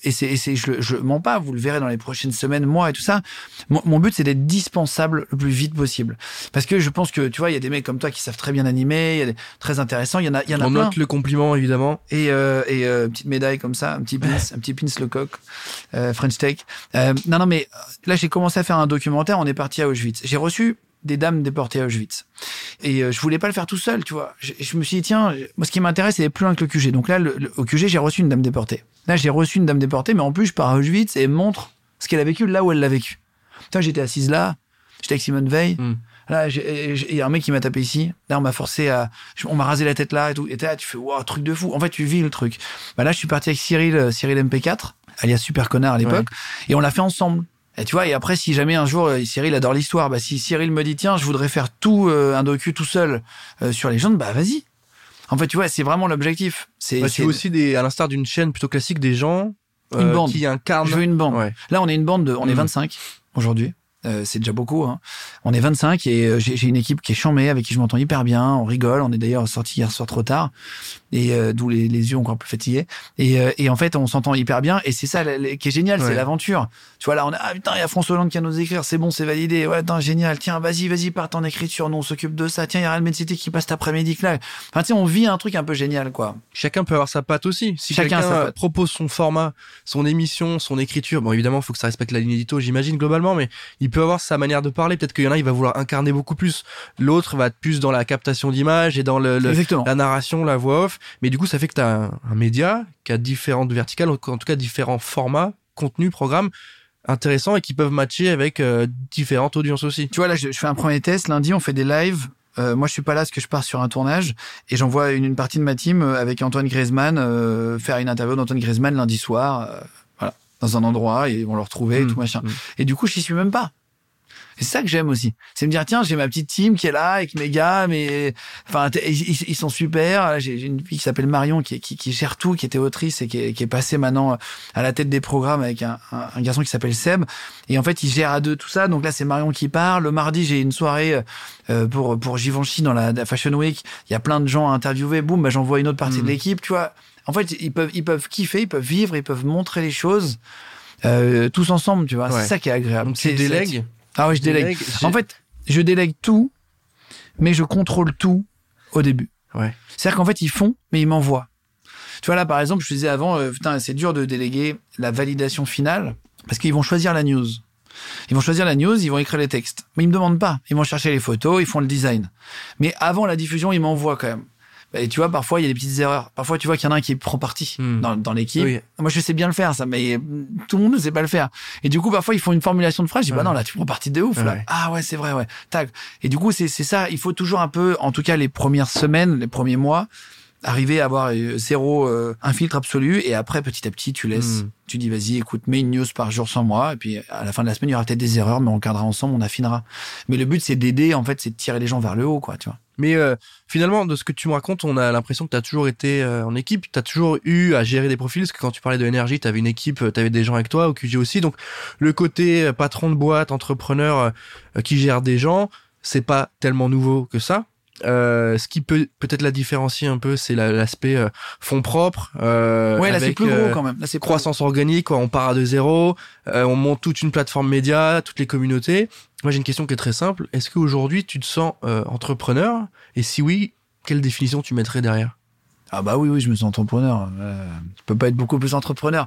je mens pas, vous le verrez dans les prochaines semaines, mois et tout ça. Mon but, c'est d'être dispensable le plus vite possible. Parce que je pense que, tu vois, il y a des mecs comme toi qui savent très bien animer, il y a des très intéressants, il y en a plein. On note le compliment, évidemment. Et petite médaille comme ça, un petit pins Lecoq, French Tech. Non, mais là, j'ai commencé à faire un documentaire, on est parti à Auschwitz. J'ai reçu des dames déportées à Auschwitz. Et je voulais pas le faire tout seul, tu vois. Je me suis dit, tiens, moi, ce qui m'intéresse, c'est plus loin que le QG. Donc là, au QG, j'ai reçu une dame déportée. Là, j'ai reçu une dame déportée, mais en plus, je pars à Auschwitz et elle me montre ce qu'elle a vécu là où elle l'a vécu. Putain, j'étais assise là, j'étais avec Simone Veil. Là, il y a un mec qui m'a tapé ici. Là, on m'a forcé on m'a rasé la tête là et tout. Et là, tu fais, waouh, truc de fou. En fait, tu vis le truc. Bah là, je suis parti avec Cyril MP4, alias Super Connard à l'époque. Ouais. Et on l'a fait ensemble. Et tu vois, et après, si jamais un jour, Cyril adore l'histoire, bah, si Cyril me dit, tiens, je voudrais faire tout, un docu tout seul, sur les gens, bah, vas-y. En fait, tu vois, c'est vraiment l'objectif. Tu veux aussi à l'instar d'une chaîne plutôt classique, des gens, une bande. Qui incarnent. Je veux une bande. Ouais. Là, on est une bande on est 25 aujourd'hui. C'est déjà beaucoup, hein. On est 25 et j'ai une équipe qui est chambée, avec qui je m'entends hyper bien. On rigole. On est d'ailleurs sorti hier soir trop tard. Et d'où les yeux encore plus fatigués. Et en fait, on s'entend hyper bien. Et c'est ça qui est génial, c'est l'aventure. Tu vois, là, on a, putain, il y a François Hollande qui vient nous écrire. C'est bon, c'est validé. Ouais, attends, génial. Tiens, vas-y, parte en écriture. Nous, on s'occupe de ça. Tiens, il y a Real City qui passe cet après-midi là. Enfin, tu sais, on vit un truc un peu génial, quoi. Chacun peut avoir sa patte aussi. Si chacun propose son format, son émission, son écriture, bon, évidemment, il faut que ça respecte la ligne édito, j'imagine, globalement, mais il peut avoir sa manière de parler. Peut-être qu'il y en a, il va vouloir incarner beaucoup plus. L'autre va être plus dans la captation d'images et dans la narration, la voix off. Mais du coup, ça fait que tu as un média qui a différentes verticales, en tout cas différents formats, contenus, programmes intéressants et qui peuvent matcher avec différentes audiences aussi. Tu vois, là, je fais un premier test. Lundi, on fait des lives. Moi, je suis pas là parce que je pars sur un tournage et j'envoie une partie de ma team avec Antoine Griezmann faire une interview d'Antoine Griezmann lundi soir, voilà, dans un endroit et ils vont le retrouver et tout machin. Et du coup, j'y suis même pas. C'est ça que j'aime aussi. C'est me dire, tiens, j'ai ma petite team qui est là avec mes gars, mais enfin, ils sont super. J'ai une fille qui s'appelle Marion qui gère tout, qui était autrice et qui est passée maintenant à la tête des programmes avec un garçon qui s'appelle Seb. Et en fait, ils gèrent à deux tout ça. Donc là, c'est Marion qui parle. Le mardi, j'ai une soirée pour Givenchy dans la Fashion Week. Il y a plein de gens à interviewer. Boum, bah, j'envoie une autre partie de l'équipe, tu vois. En fait, ils peuvent kiffer, ils peuvent vivre, ils peuvent montrer les choses tous ensemble, tu vois. Ouais. C'est ça qui est agréable. Donc, tu délègues. Ah oui, je délègue. En fait, je délègue tout, mais je contrôle tout au début. Ouais. C'est-à-dire qu'en fait, ils font, mais ils m'envoient. Tu vois, là, par exemple, je te disais avant, putain, c'est dur de déléguer la validation finale, parce qu'ils vont choisir la news. Ils vont choisir la news, ils vont écrire les textes. Mais ils me demandent pas. Ils vont chercher les photos, ils font le design. Mais avant la diffusion, ils m'envoient quand même. Et tu vois, parfois, il y a des petites erreurs. Parfois, tu vois qu'il y en a un qui prend parti dans l'équipe. Oui. Moi, je sais bien le faire, ça, mais tout le monde ne sait pas le faire. Et du coup, parfois, ils font une formulation de phrase. Je dis, bah non, là, tu prends parti de ouf, là. Ah ouais, c'est vrai, ouais. Tac. Et du coup, c'est ça. Il faut toujours un peu, en tout cas, les premières semaines, les premiers mois, arriver à avoir un filtre absolu. Et après, petit à petit, tu laisses, tu dis, vas-y, écoute, mets une news par jour sans moi. Et puis, à la fin de la semaine, il y aura peut-être des erreurs, mais on regardera ensemble, on affinera. Mais le but, c'est d'aider, en fait, c'est de tirer les gens vers le haut, quoi, tu vois. Mais finalement, de ce que tu me racontes, on a l'impression que tu as toujours été en équipe, tu as toujours eu à gérer des profils, parce que quand tu parlais de énergie, tu avais une équipe, tu avais des gens avec toi, au QG aussi, donc le côté patron de boîte, entrepreneur qui gère des gens, c'est pas tellement nouveau que ça. Ce qui peut peut-être la différencier un peu, c'est l'aspect fonds propres. Ouais, là c'est plus gros quand même. Là, c'est croissance organique, quoi. On part de zéro, on monte toute une plateforme média, toutes les communautés. Moi, j'ai une question qui est très simple. Est-ce qu'aujourd'hui, tu te sens entrepreneur? Et si oui, quelle définition tu mettrais derrière? Ah bah oui, je me sens entrepreneur. Je peux pas être beaucoup plus entrepreneur.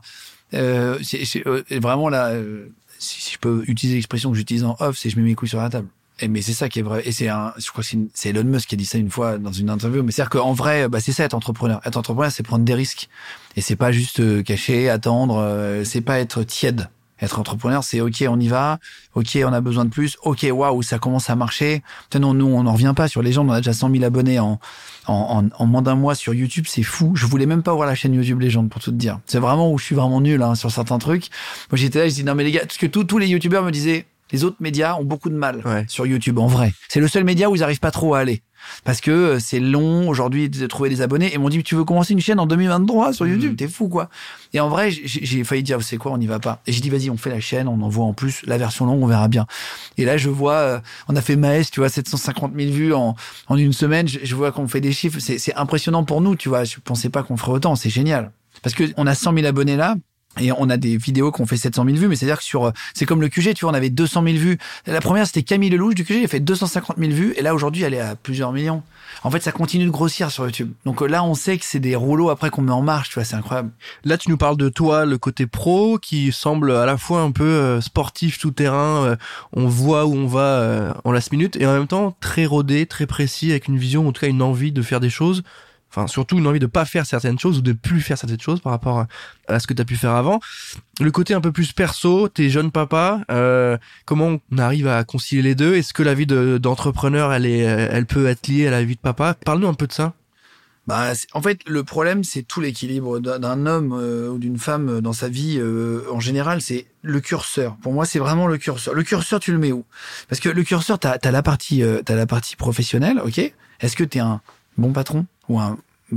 Vraiment là, si je peux utiliser l'expression que j'utilise en off, c'est je mets mes couilles sur la table. Mais c'est ça qui est vrai. Et je crois que c'est Elon Musk qui a dit ça une fois dans une interview. Mais c'est-à-dire qu'en vrai, bah, c'est ça être entrepreneur. Être entrepreneur, c'est prendre des risques. Et c'est pas juste cacher, attendre. C'est pas être tiède. Être entrepreneur, c'est OK, on y va. OK, on a besoin de plus. OK, waouh, ça commence à marcher. Non, nous, on n'en revient pas sur les gens. On a déjà 100 000 abonnés en moins d'un mois sur YouTube. C'est fou. Je voulais même pas ouvrir la chaîne YouTube Légende, pour tout te dire. C'est vraiment où je suis vraiment nul, hein, sur certains trucs. Moi, j'étais là, je dis, non, mais les gars, parce que tous les YouTubeurs me disaient, les autres médias ont beaucoup de mal sur YouTube, en vrai. C'est le seul média où ils arrivent pas trop à aller. Parce que c'est long aujourd'hui de trouver des abonnés. Et ils m'ont dit, tu veux commencer une chaîne en 2023 sur YouTube? T'es fou, quoi. Et en vrai, j'ai failli dire, c'est quoi, on n'y va pas. Et j'ai dit, vas-y, on fait la chaîne, on envoie en plus la version longue, on verra bien. Et là, je vois, on a fait Maes, tu vois, 750 000 vues en une semaine. Je vois qu'on fait des chiffres. C'est impressionnant pour nous, tu vois. Je pensais pas qu'on ferait autant. C'est génial. Parce que on a 100 000 abonnés là. Et on a des vidéos qui ont fait 700 000 vues, mais c'est-à-dire que c'est comme le QG, tu vois, on avait 200 000 vues. La première, c'était Camille Lelouch du QG, elle a fait 250 000 vues, et là, aujourd'hui, elle est à plusieurs millions. En fait, ça continue de grossir sur YouTube. Donc là, on sait que c'est des rouleaux après qu'on met en marche, tu vois, c'est incroyable. Là, tu nous parles de toi, le côté pro, qui semble à la fois un peu sportif, tout-terrain, on voit où on va en last minute, et en même temps, très rodé, très précis, avec une vision, en tout cas une envie de faire des choses. Enfin, surtout une envie de pas faire certaines choses ou de plus faire certaines choses par rapport à ce que tu as pu faire avant. Le côté un peu plus perso, t'es jeune papa, comment on arrive à concilier les deux? Est-ce que la vie d'entrepreneur, elle peut être liée à la vie de papa? Parle-nous un peu de ça. Bah, en fait, le problème, c'est tout l'équilibre d'un homme ou d'une femme dans sa vie. En général, c'est le curseur. Pour moi, c'est vraiment le curseur. Le curseur, tu le mets où? Parce que le curseur, t'as la partie professionnelle, ok? Est-ce que t'es un bon patron ou un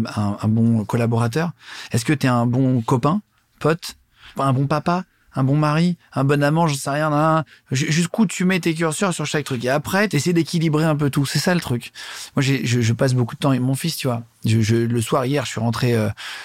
bon collaborateur? Est-ce que t'es un bon copain, pote, un bon papa, un bon mari, un bon amant, j'en sais rien. Jusqu'où tu mets tes curseurs sur chaque truc. Et après, t'essaies d'équilibrer un peu tout. C'est ça le truc. Moi, je passe beaucoup de temps avec mon fils, tu vois. Le soir, hier, je suis rentré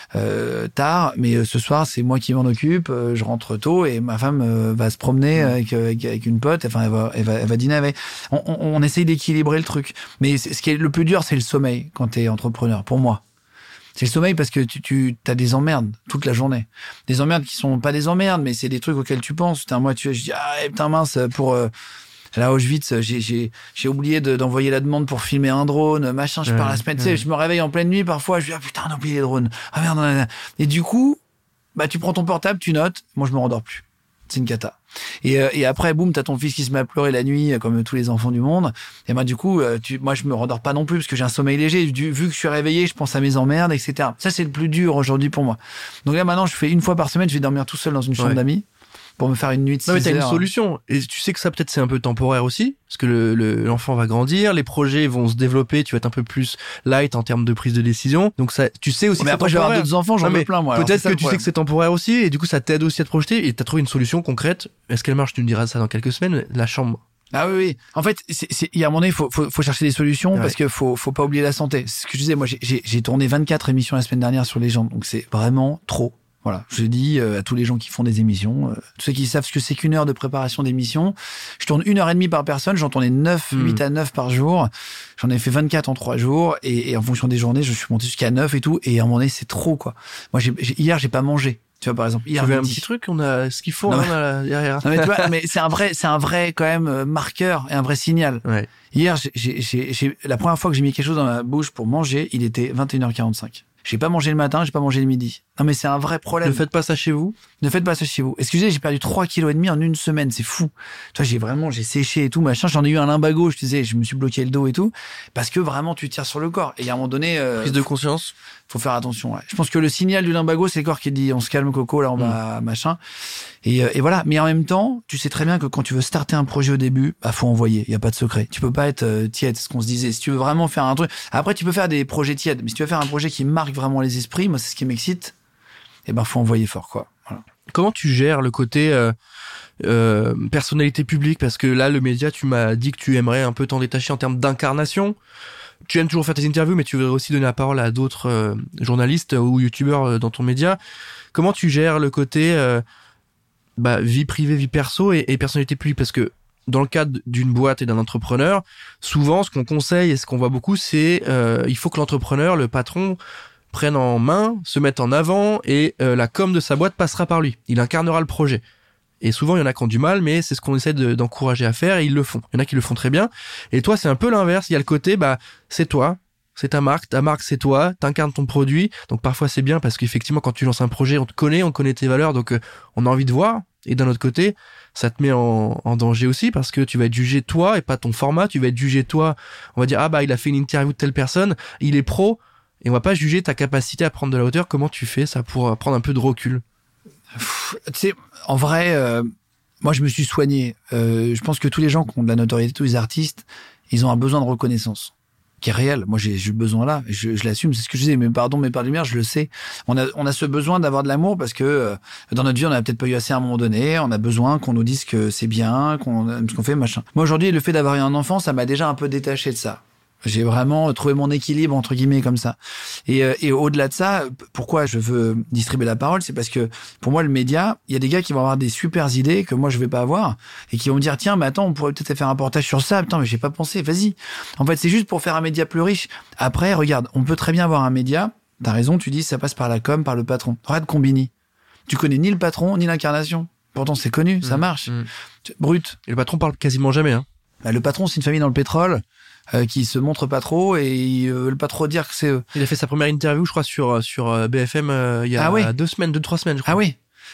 tard, mais ce soir, c'est moi qui m'en occupe. Je rentre tôt et ma femme va se promener avec une pote. Enfin, elle va dîner avec. On essaye d'équilibrer le truc. Mais ce qui est le plus dur, c'est le sommeil quand t'es entrepreneur, pour moi. C'est le sommeil parce que tu as des emmerdes toute la journée. Des emmerdes qui sont pas des emmerdes, mais c'est des trucs auxquels tu penses. Putain, moi, je dis, putain, mince, pour la Auschwitz, j'ai oublié d'envoyer la demande pour filmer un drone, machin, je pars la semaine. Tu sais, je me réveille en pleine nuit parfois, je dis, putain, on a oublié les drones. Ah merde, non. Et du coup, bah, tu prends ton portable, tu notes. Moi, je me rendors plus. C'est une cata. Et après, boum, t'as ton fils qui se met à pleurer la nuit, comme tous les enfants du monde. Et moi, du coup, moi, je me rendors pas non plus parce que j'ai un sommeil léger. Vu que je suis réveillé, je pense à mes emmerdes, etc. Ça, c'est le plus dur aujourd'hui pour moi. Donc là, maintenant, je fais une fois par semaine, je vais dormir tout seul dans une chambre d'amis pour me faire une nuit de 6 heures. Non, mais t'as une solution. Et tu sais que ça, peut-être, c'est un peu temporaire aussi. Parce que l'enfant va grandir, les projets vont se développer, tu vas être un peu plus light en termes de prise de décision. Donc ça, tu sais aussi mais que après, je vais avoir d'autres enfants, j'en ai plein, moi. Peut-être que tu sais que c'est temporaire aussi, et du coup, ça t'aide aussi à te projeter, et t'as trouvé une solution concrète. Est-ce qu'elle marche? Tu me diras ça dans quelques semaines. La chambre. Ah oui. En fait, il y a un moment donné, faut chercher des solutions parce que faut pas oublier la santé. C'est ce que je disais. Moi, j'ai tourné 24 émissions la semaine dernière sur les gens. Donc c'est vraiment trop. Voilà, je dis à tous les gens qui font des émissions, tous ceux qui savent ce que c'est qu'une heure de préparation d'émission, je tourne 1h30 par personne, j'en tournais 8 à 9 par jour, j'en ai fait 24 en 3 jours, et en fonction des journées, je suis monté jusqu'à 9 et tout, et à un moment donné, c'est trop, quoi. Moi, hier, j'ai pas mangé. Tu vois, par exemple, hier, tu veux un petit truc, on a ce qu'il faut derrière. Non, mais tu vois, mais c'est un vrai quand même marqueur et un vrai signal. Ouais. Hier, la première fois que j'ai mis quelque chose dans ma bouche pour manger, il était 21h45. J'ai pas mangé le matin, j'ai pas mangé le midi. Non, mais c'est un vrai problème. Ne faites pas ça chez vous. Ne faites pas ça chez vous. Excusez, j'ai perdu 3,5 kg en une semaine. C'est fou. Toi, j'ai séché et tout, machin. J'en ai eu un lumbago, je te disais, je me suis bloqué le dos et tout. Parce que vraiment, tu tires sur le corps. Et à un moment donné, prise de conscience. Faut faire attention, ouais. Je pense que le signal du lumbago, c'est le corps qui dit, on se calme, Coco, là, on va, machin. Et voilà. Mais en même temps, tu sais très bien que quand tu veux starter un projet au début, bah, faut envoyer. Il y a pas de secret. Tu peux pas être tiède, c'est ce qu'on se disait. Si tu veux vraiment faire un truc, après, tu peux faire des projets tièdes. Mais si tu veux faire un projet qui marque vraiment les esprits, moi, c'est ce qui m'excite. Et ben, faut envoyer fort, quoi. Voilà. Comment tu gères le côté personnalité publique? Parce que là, le média, tu m'as dit que tu aimerais un peu t'en détacher en termes d'incarnation. Tu aimes toujours faire tes interviews, mais tu veux aussi donner la parole à d'autres journalistes ou youtubeurs dans ton média. Comment tu gères le côté vie privée, vie perso et personnalité publique? Parce que dans le cadre d'une boîte et d'un entrepreneur, souvent, ce qu'on conseille et ce qu'on voit beaucoup, c'est il faut que l'entrepreneur, le patron, prenne en main, se mette en avant et la com de sa boîte passera par lui. Il incarnera le projet. Et souvent, il y en a qui ont du mal, mais c'est ce qu'on essaie d'encourager à faire et ils le font. Il y en a qui le font très bien. Et toi, c'est un peu l'inverse. Il y a le côté, c'est toi, c'est ta marque c'est toi, t'incarnes ton produit. Donc parfois, c'est bien parce qu'effectivement, quand tu lances un projet, on connaît tes valeurs, donc on a envie de voir. Et d'un autre côté, ça te met en danger aussi parce que tu vas être jugé toi et pas ton format. Tu vas être jugé toi. On va dire, il a fait une interview de telle personne, il est pro. Et on va pas juger ta capacité à prendre de la hauteur. Comment tu fais ça pour prendre un peu de recul? Tu sais, en vrai, moi, je me suis soigné. Je pense que tous les gens qui ont de la notoriété, tous les artistes, ils ont un besoin de reconnaissance. qui est réel. Moi, j'ai eu besoin là, et je l'assume. C'est ce que je disais. Mais pardon, mes pères de lumière, je le sais. On a ce besoin d'avoir de l'amour parce que dans notre vie, on a peut-être pas eu assez à un moment donné. On a besoin qu'on nous dise que c'est bien, qu'on aime ce qu'on fait, machin. Moi, aujourd'hui, le fait d'avoir eu un enfant, ça m'a déjà un peu détaché de ça. J'ai vraiment trouvé mon équilibre, entre guillemets, comme ça. Et au-delà de ça, pourquoi je veux distribuer la parole, c'est parce que, pour moi, le média, il y a des gars qui vont avoir des super idées que moi, je vais pas avoir, et qui vont me dire, tiens, mais attends, on pourrait peut-être faire un reportage sur ça. Putain, mais j'ai pas pensé, vas-y. En fait, c'est juste pour faire un média plus riche. Après, regarde, on peut très bien avoir un média. T'as raison, tu dis, ça passe par la com, par le patron. Regarde Combini. Tu connais ni le patron, ni l'incarnation. Pourtant, c'est connu, ça marche. Brut. Et le patron parle quasiment jamais, hein. Bah, le patron, c'est une famille dans le pétrole. Qui se montre pas trop et ils veulent pas trop dire que c'est eux. Il a fait sa première interview, je crois, sur BFM il y a 2 semaines, 2-3 semaines, je crois. Ah oui.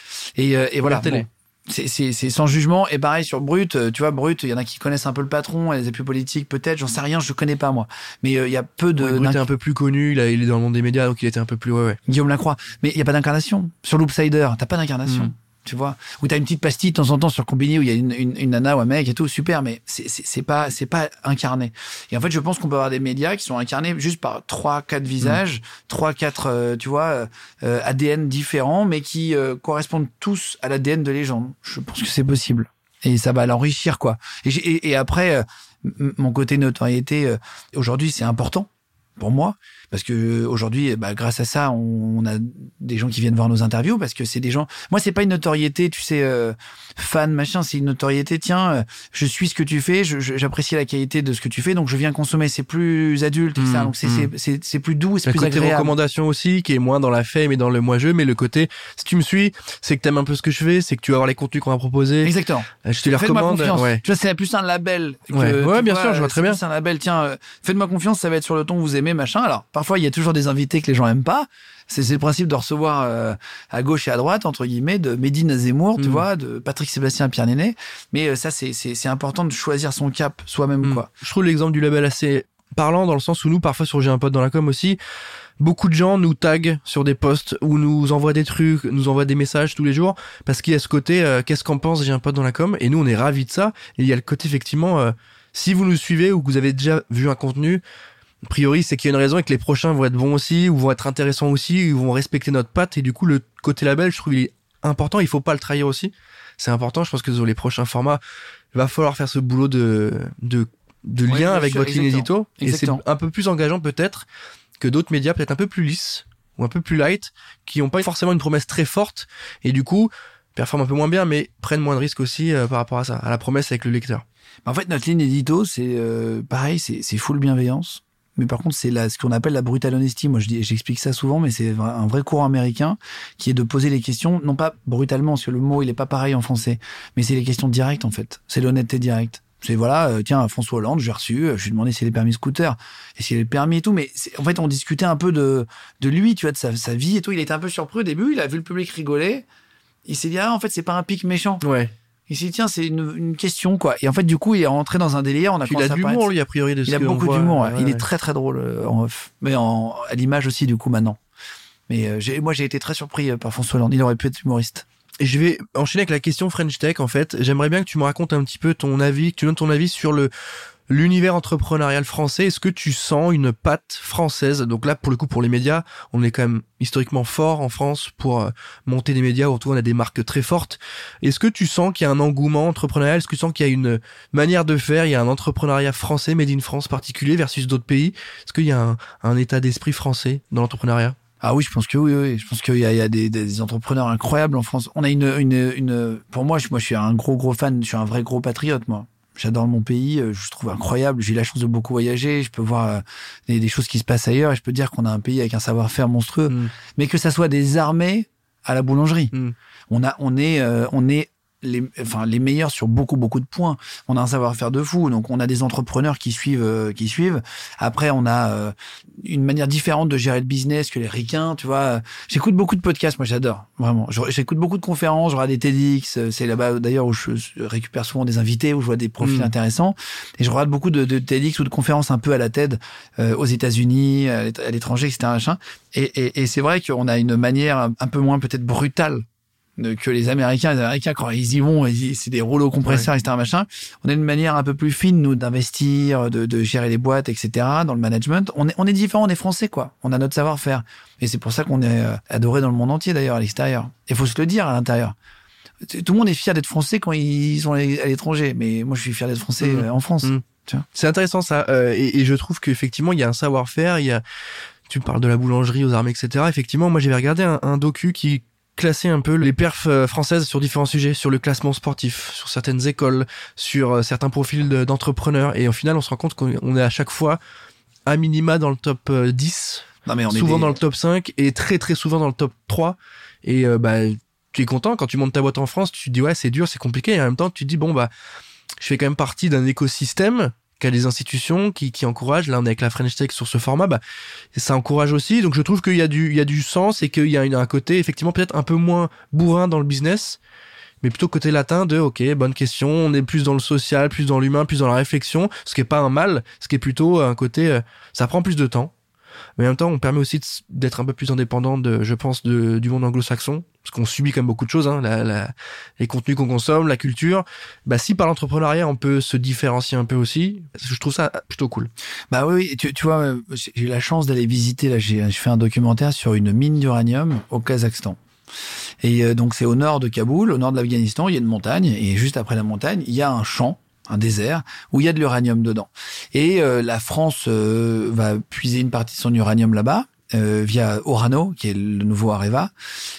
Et voilà. Bon, c'est sans jugement. Et pareil sur Brut, tu vois, Brut, il y en a qui connaissent un peu le patron, les plus politiques peut-être, j'en sais rien, je connais pas moi. Mais il y a peu de. Brut est un peu plus connu, il est dans le monde des médias, donc il était un peu plus. Ouais. Guillaume Lacroix. Mais il y a pas d'incarnation. Sur l'Oopsider, t'as pas d'incarnation. Tu vois, où t'as une petite pastille de temps en temps sur Combini où il y a une nana ou un mec et tout, super, mais c'est pas incarné. Et en fait, je pense qu'on peut avoir des médias qui sont incarnés juste par 3-4 visages, 3-4 tu vois, ADN différents, mais qui correspondent tous à l'ADN de légende. Je pense que c'est possible. Et ça va l'enrichir, quoi. Et après, mon côté notoriété, aujourd'hui, c'est important pour moi. Parce que aujourd'hui, grâce à ça, on a des gens qui viennent voir nos interviews parce que c'est des gens. Moi, c'est pas une notoriété, tu sais, fan machin. C'est une notoriété. Tiens, je suis ce que tu fais, j'apprécie la qualité de ce que tu fais, donc je viens consommer. C'est plus adulte, ça. Donc c'est plus doux, c'est plus agréable. Le côté recommandation aussi, qui est moins dans la fame et dans le moi-je, mais le côté si tu me suis, c'est que t'aimes un peu ce que je fais, c'est que tu vas voir les contenus qu'on va proposer. Exactement. Je te les recommande. Ouais. Tu vois, c'est plus un label. Ouais, bien sûr, je vois très bien. C'est un label. Tiens, faites-moi confiance, ça va être sur le ton que vous aimez, machin. Alors. Parfois, il y a toujours des invités que les gens aiment pas. C'est le principe de recevoir à gauche et à droite, entre guillemets, de Mehdi Zemmour, tu vois, de Patrick Sébastien Pierre Néné. Mais ça, c'est important de choisir son cap soi-même, quoi. Je trouve l'exemple du label assez parlant dans le sens où nous, parfois sur J'ai un pote dans la com aussi, beaucoup de gens nous taguent sur des posts ou nous envoient des trucs, nous envoient des messages tous les jours parce qu'il y a ce côté qu'est-ce qu'en pense J'ai un pote dans la com, et nous on est ravis de ça. Et il y a le côté effectivement si vous nous suivez ou que vous avez déjà vu un contenu, a priori, c'est qu'il y a une raison et que les prochains vont être bons aussi, ou vont être intéressants aussi, ou vont respecter notre patte. Et du coup, le côté label, je trouve, il est important. Il faut pas le trahir aussi. C'est important. Je pense que sur les prochains formats, il va falloir faire ce boulot de lien avec votre ligne édito. Et c'est un peu plus engageant peut-être que d'autres médias, peut-être un peu plus lisses ou un peu plus light, qui n'ont pas forcément une promesse très forte et du coup performent un peu moins bien, mais prennent moins de risques aussi par rapport à ça, à la promesse avec le lecteur. En fait, notre ligne édito, c'est pareil, c'est full bienveillance. Mais par contre, c'est ce qu'on appelle la brutale honesty. Moi, j'explique ça souvent, mais c'est un vrai courant américain qui est de poser les questions, non pas brutalement, parce que le mot, il est pas pareil en français, mais c'est les questions directes, en fait. C'est l'honnêteté directe. C'est voilà, tiens, François Hollande, j'ai reçu, je lui ai demandé s'il avait permis scooter, et s'il avait le permis et tout, mais en fait, on discutait un peu de lui, tu vois, de sa vie et tout. Il était un peu surpris au début, il a vu le public rigoler, il s'est dit, en fait, c'est pas un pic méchant. Ouais. Il s'est dit, tiens, c'est une question, quoi. Et en fait, du coup, il est rentré dans un délire. Il a de l'humour, lui, a priori, de ce il a beaucoup d'humour. Ouais. Il est très, très drôle en off. Mais à l'image aussi, du coup, maintenant. Mais moi, j'ai été très surpris par François Hollande. Il aurait pu être humoriste. Et je vais enchaîner avec la question French Tech, en fait. J'aimerais bien que tu me racontes un petit peu ton avis, que tu donnes ton avis sur l'univers entrepreneurial français. Est-ce que tu sens une patte française? Donc là, pour le coup, pour les médias, on est quand même historiquement fort en France pour monter des médias. Autour, on a des marques très fortes. Est-ce que tu sens qu'il y a un engouement entrepreneurial? Est-ce que tu sens qu'il y a une manière de faire? Il y a un entrepreneuriat français, made in France particulier versus d'autres pays? Est-ce qu'il y a un état d'esprit français dans l'entrepreneuriat? Ah oui, je pense que oui. Je pense qu'il y a des entrepreneurs incroyables en France. On a pour moi, je suis un gros fan. Je suis un vrai gros patriote, moi. J'adore mon pays, je trouve incroyable. J'ai eu la chance de beaucoup voyager, je peux voir des choses qui se passent ailleurs et je peux dire qu'on a un pays avec un savoir-faire monstrueux. Mais que ça soit des armées à la boulangerie. On est les meilleurs sur beaucoup de points. On a un savoir-faire de fou, donc on a des entrepreneurs qui suivent. Après, on a une manière différente de gérer le business que les ricains, tu vois. J'écoute beaucoup de podcasts, moi j'adore, vraiment. J'écoute beaucoup de conférences, je regarde des TEDx, c'est là-bas d'ailleurs où je récupère souvent des invités, où je vois des profils intéressants, et je regarde beaucoup de TEDx ou de conférences un peu à la TED aux États-Unis, à l'étranger, etc. Et c'est vrai qu'on a une manière un peu moins peut-être brutale que les Américains, quand ils y vont, c'est des rouleaux compresseurs, etc., machin. On a une manière un peu plus fine, nous, d'investir, de gérer les boîtes, etc., dans le management. On est différents, on est français, quoi. On a notre savoir-faire. Et c'est pour ça qu'on est adoré dans le monde entier, d'ailleurs, à l'extérieur. Il faut se le dire à l'intérieur. Tout le monde est fier d'être français quand ils sont à l'étranger. Mais moi, je suis fier d'être français en France. Tu vois. C'est intéressant, ça. Et je trouve qu'effectivement, il y a un savoir-faire, tu parles de la boulangerie aux armées, etc. Effectivement, moi, j'avais regardé un docu qui classer un peu les perfs françaises sur différents sujets, sur le classement sportif, sur certaines écoles, sur certains profils d'entrepreneurs. Et au final, on se rend compte qu'on est à chaque fois à minima dans le top 10, souvent dans le top 5 et très très souvent dans le top 3. Et tu es content quand tu montes ta boîte en France, tu te dis ouais, c'est dur, c'est compliqué. Et en même temps, tu te dis bon, je fais quand même partie d'un écosystème qui a des institutions qui encouragent. Là, on est avec la French Tech sur ce format, ça encourage aussi. Donc, je trouve qu'il y a du sens et qu'il y a un côté, effectivement, peut-être un peu moins bourrin dans le business, mais plutôt côté latin de, ok, bonne question, on est plus dans le social, plus dans l'humain, plus dans la réflexion, ce qui est pas un mal, ce qui est plutôt un côté, ça prend plus de temps. Mais en même temps, on permet aussi d'être un peu plus indépendant je pense, du monde anglo-saxon, parce qu'on subit quand même beaucoup de choses, hein, les contenus qu'on consomme, la culture. Si par l'entrepreneuriat, on peut se différencier un peu aussi, je trouve ça plutôt cool. Oui, tu vois, j'ai eu la chance d'aller visiter, là, j'ai fait un documentaire sur une mine d'uranium au Kazakhstan. Et donc, c'est au nord de Kaboul, au nord de l'Afghanistan, il y a une montagne, et juste après la montagne, il y a un champ, un désert, où il y a de l'uranium dedans. Et la France va puiser une partie de son uranium là-bas, via Orano, qui est le nouveau Areva,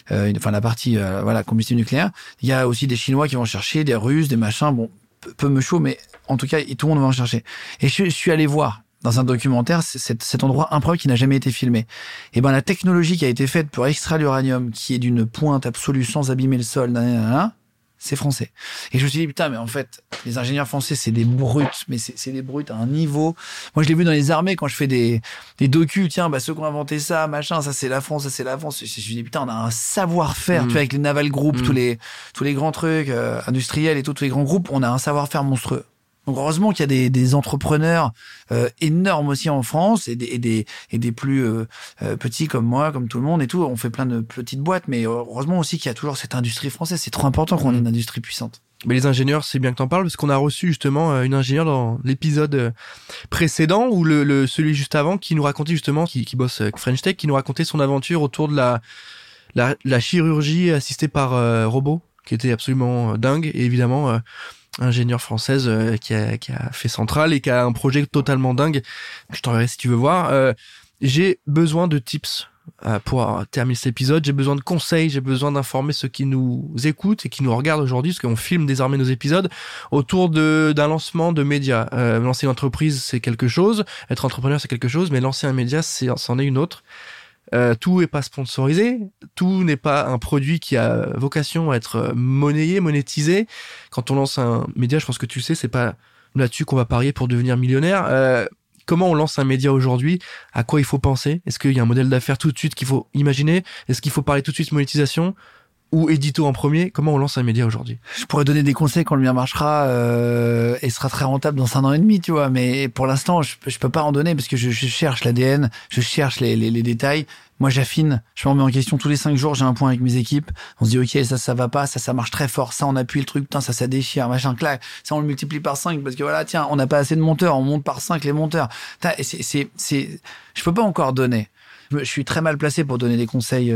la partie combustible nucléaire. Il y a aussi des Chinois qui vont chercher, des Russes, des machins, peu me chaud, mais en tout cas, tout le monde va en chercher. Et je suis allé voir dans un documentaire cet endroit improbable qui n'a jamais été filmé. Et la technologie qui a été faite pour extraire l'uranium, qui est d'une pointe absolue sans abîmer le sol, c'est français. Et je me suis dit, putain, mais en fait, les ingénieurs français, c'est des brutes, mais c'est des brutes à un niveau. Moi, je l'ai vu dans les armées quand je fais des docus, tiens, ceux qui ont inventé ça, machin, ça c'est la France, ça c'est la France. Je me suis dit, putain, on a un savoir-faire, tu vois, avec les Naval Group, tous les grands trucs, industriels et tous les grands groupes, on a un savoir-faire monstrueux. Donc heureusement qu'il y a des entrepreneurs énormes aussi en France et des plus petits comme moi, comme tout le monde et tout. On fait plein de petites boîtes, mais heureusement aussi qu'il y a toujours cette industrie française. C'est trop important qu'on ait une industrie puissante. Mais les ingénieurs, c'est bien que t'en parles parce qu'on a reçu justement une ingénieure dans l'épisode précédent ou celui juste avant qui nous racontait justement, qui bosse avec French Tech, qui nous racontait son aventure autour de la chirurgie assistée par robot, qui était absolument dingue et évidemment ingénieure française qui a fait Centrale et qui a un projet totalement dingue. Je t'enverrai si tu veux voir. J'ai besoin de tips pour terminer cet épisode. J'ai besoin de conseils, j'ai besoin d'informer ceux qui nous écoutent et qui nous regardent aujourd'hui, parce qu'on filme désormais nos épisodes autour d'un lancement de médias. Lancer une entreprise, c'est quelque chose. Être entrepreneur, c'est quelque chose. Mais lancer un média, c'en est une autre. Tout est pas sponsorisé, tout n'est pas un produit qui a vocation à être monnayé, monétisé. Quand on lance un média, je pense que tu le sais, c'est pas là-dessus qu'on va parier pour devenir millionnaire. Comment on lance un média aujourd'hui? À quoi il faut penser? Est-ce qu'il y a un modèle d'affaires tout de suite qu'il faut imaginer? Est-ce qu'il faut parler tout de suite monétisation? Ou édito en premier? Comment on lance un média aujourd'hui? Je pourrais donner des conseils quand le mien marchera et sera très rentable dans 5 ans et demi, tu vois. Mais pour l'instant, je peux pas en donner parce que je cherche l'ADN, je cherche les détails. Moi, j'affine, je me remets en question tous les 5 jours, j'ai un point avec mes équipes. On se dit, ok, ça va pas, ça marche très fort, ça on appuie le truc, putain, ça déchire, machin, clac. Ça on le multiplie par 5 parce que voilà, tiens, on n'a pas assez de monteurs, on monte par 5 les monteurs. Je peux pas encore donner. Je suis très mal placé pour donner des conseils,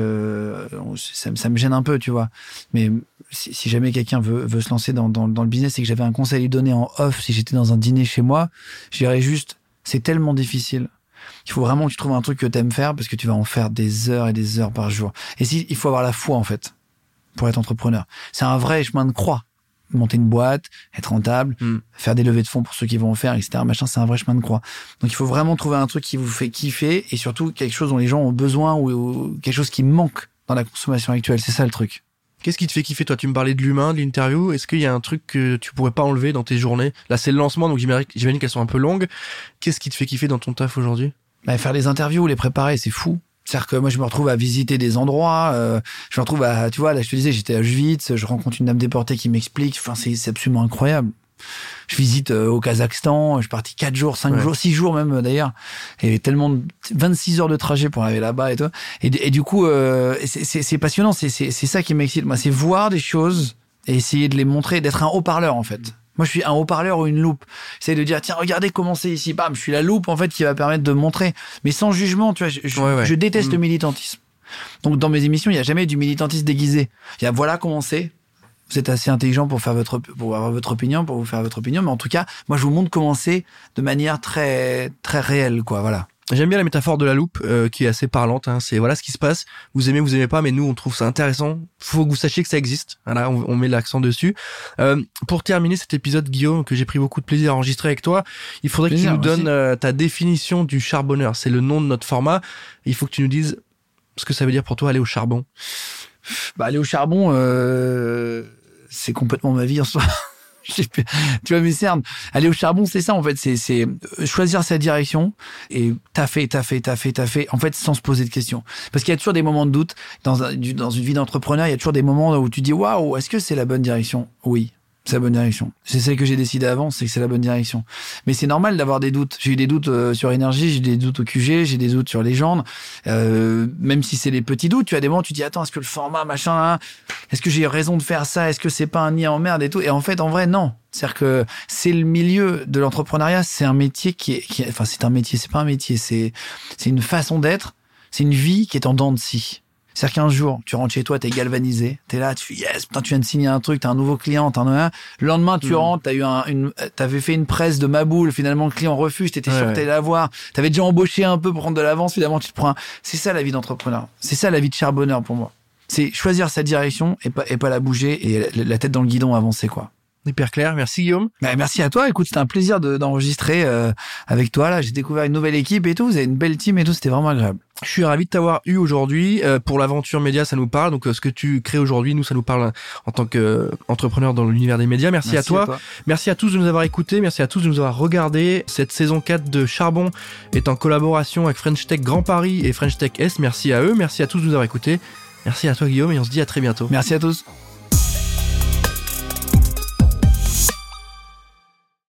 ça me gêne un peu, tu vois. Mais si jamais quelqu'un veut se lancer dans le business et que j'avais un conseil à lui donner en off, si j'étais dans un dîner chez moi, je dirais juste, c'est tellement difficile. Il faut vraiment que tu trouves un truc que t'aimes faire parce que tu vas en faire des heures et des heures par jour. Et il faut avoir la foi, en fait, pour être entrepreneur. C'est un vrai chemin de croix. Monter une boîte, être rentable, faire des levées de fonds pour ceux qui vont en faire, etc. Machin, c'est un vrai chemin de croix. Donc il faut vraiment trouver un truc qui vous fait kiffer et surtout quelque chose dont les gens ont besoin ou quelque chose qui manque dans la consommation actuelle. C'est ça le truc. Qu'est-ce qui te fait kiffer, toi? Tu me parlais de l'humain, de l'interview. Est-ce qu'il y a un truc que tu pourrais pas enlever dans tes journées? Là, c'est le lancement, donc j'imagine qu'elles sont un peu longues. Qu'est-ce qui te fait kiffer dans ton taf aujourd'hui? Faire des interviews, les préparer, c'est fou. C'est-à-dire que moi, je me retrouve à visiter des endroits, je me retrouve tu vois, là, je te disais, j'étais à Auschwitz, je rencontre une dame déportée qui m'explique, enfin, c'est absolument incroyable. Je visite au Kazakhstan, je suis parti 4 jours, 5 jours, 6 jours même d'ailleurs. Et tellement 26 heures de trajet pour arriver là-bas et tout. Et du coup, c'est passionnant, c'est ça qui m'excite. Moi, c'est voir des choses et essayer de les montrer, d'être un haut-parleur en fait. Moi, je suis un haut-parleur ou une loupe. J'essaie de dire, tiens, regardez comment c'est ici. Bam, je suis la loupe, en fait, qui va permettre de montrer. Mais sans jugement, tu vois, je déteste le militantisme. Donc, dans mes émissions, il n'y a jamais du militantisme déguisé. Il y a, voilà comment c'est. Vous êtes assez intelligent pour avoir votre opinion, pour vous faire votre opinion. Mais en tout cas, moi, je vous montre comment c'est de manière très, très réelle, quoi. Voilà. J'aime bien la métaphore de la loupe qui est assez parlante. Hein. C'est voilà ce qui se passe. Vous aimez pas, mais nous on trouve ça intéressant. Faut que vous sachiez que ça existe. Voilà, on met l'accent dessus. Pour terminer cet épisode, Guillaume, que j'ai pris beaucoup de plaisir à enregistrer avec toi, il faudrait que tu nous donnes ta définition du charbonneur. C'est le nom de notre format. Il faut que tu nous dises ce que ça veut dire pour toi aller au charbon. Bah aller au charbon, c'est complètement ma vie en soi. Tu vois mes cernes. Aller au charbon, c'est ça en fait. C'est choisir sa direction et taffer. En fait, sans se poser de questions. Parce qu'il y a toujours des moments de doute dans une vie d'entrepreneur. Il y a toujours des moments où tu dis waouh, est-ce que c'est la bonne direction? Oui. C'est la bonne direction. C'est celle que j'ai décidé avant, c'est que c'est la bonne direction. Mais c'est normal d'avoir des doutes. J'ai eu des doutes sur énergie, j'ai des doutes au QG, j'ai des doutes sur légende. Même si c'est des petits doutes, tu as des moments où tu dis attends, est-ce que le format machin là, est-ce que j'ai raison de faire ça? Est-ce que c'est pas un nid en merde et tout? Et en fait, en vrai, non. C'est-à-dire que c'est le milieu de l'entrepreneuriat, c'est un métier enfin c'est un métier, c'est pas un métier, c'est une façon d'être, c'est une vie qui est en dents de scie. C'est-à-dire qu'un jour, tu rentres chez toi, t'es galvanisé, t'es là, tu fais yes, putain, tu viens de signer un truc, t'as un nouveau client, le lendemain, tu rentres, t'avais fait une presse de Maboule, finalement, le client refuse, t'étais sûr que t'allais l'avoir, t'avais déjà embauché un peu pour prendre de l'avance, finalement, tu te prends c'est ça la vie d'entrepreneur. C'est ça la vie de charbonneur pour moi. C'est choisir sa direction et pas la bouger et la tête dans le guidon avancer, quoi. Hyper clair, merci Guillaume. Bah, merci à toi, écoute, c'était un plaisir d'enregistrer avec toi, là, j'ai découvert une nouvelle équipe et tout, vous avez une belle team et tout, c'était vraiment agréable. Je suis ravi de t'avoir eu aujourd'hui. Pour l'aventure média, ça nous parle. Donc, ce que tu crées aujourd'hui, nous, ça nous parle en tant qu'entrepreneur dans l'univers des médias. Merci à toi. Merci à tous de nous avoir écoutés. Merci à tous de nous avoir regardés. Cette saison 4 de Charbon est en collaboration avec French Tech Grand Paris et French Tech S. Merci à eux. Merci à tous de nous avoir écoutés. Merci à toi, Guillaume, et on se dit à très bientôt. Merci à tous.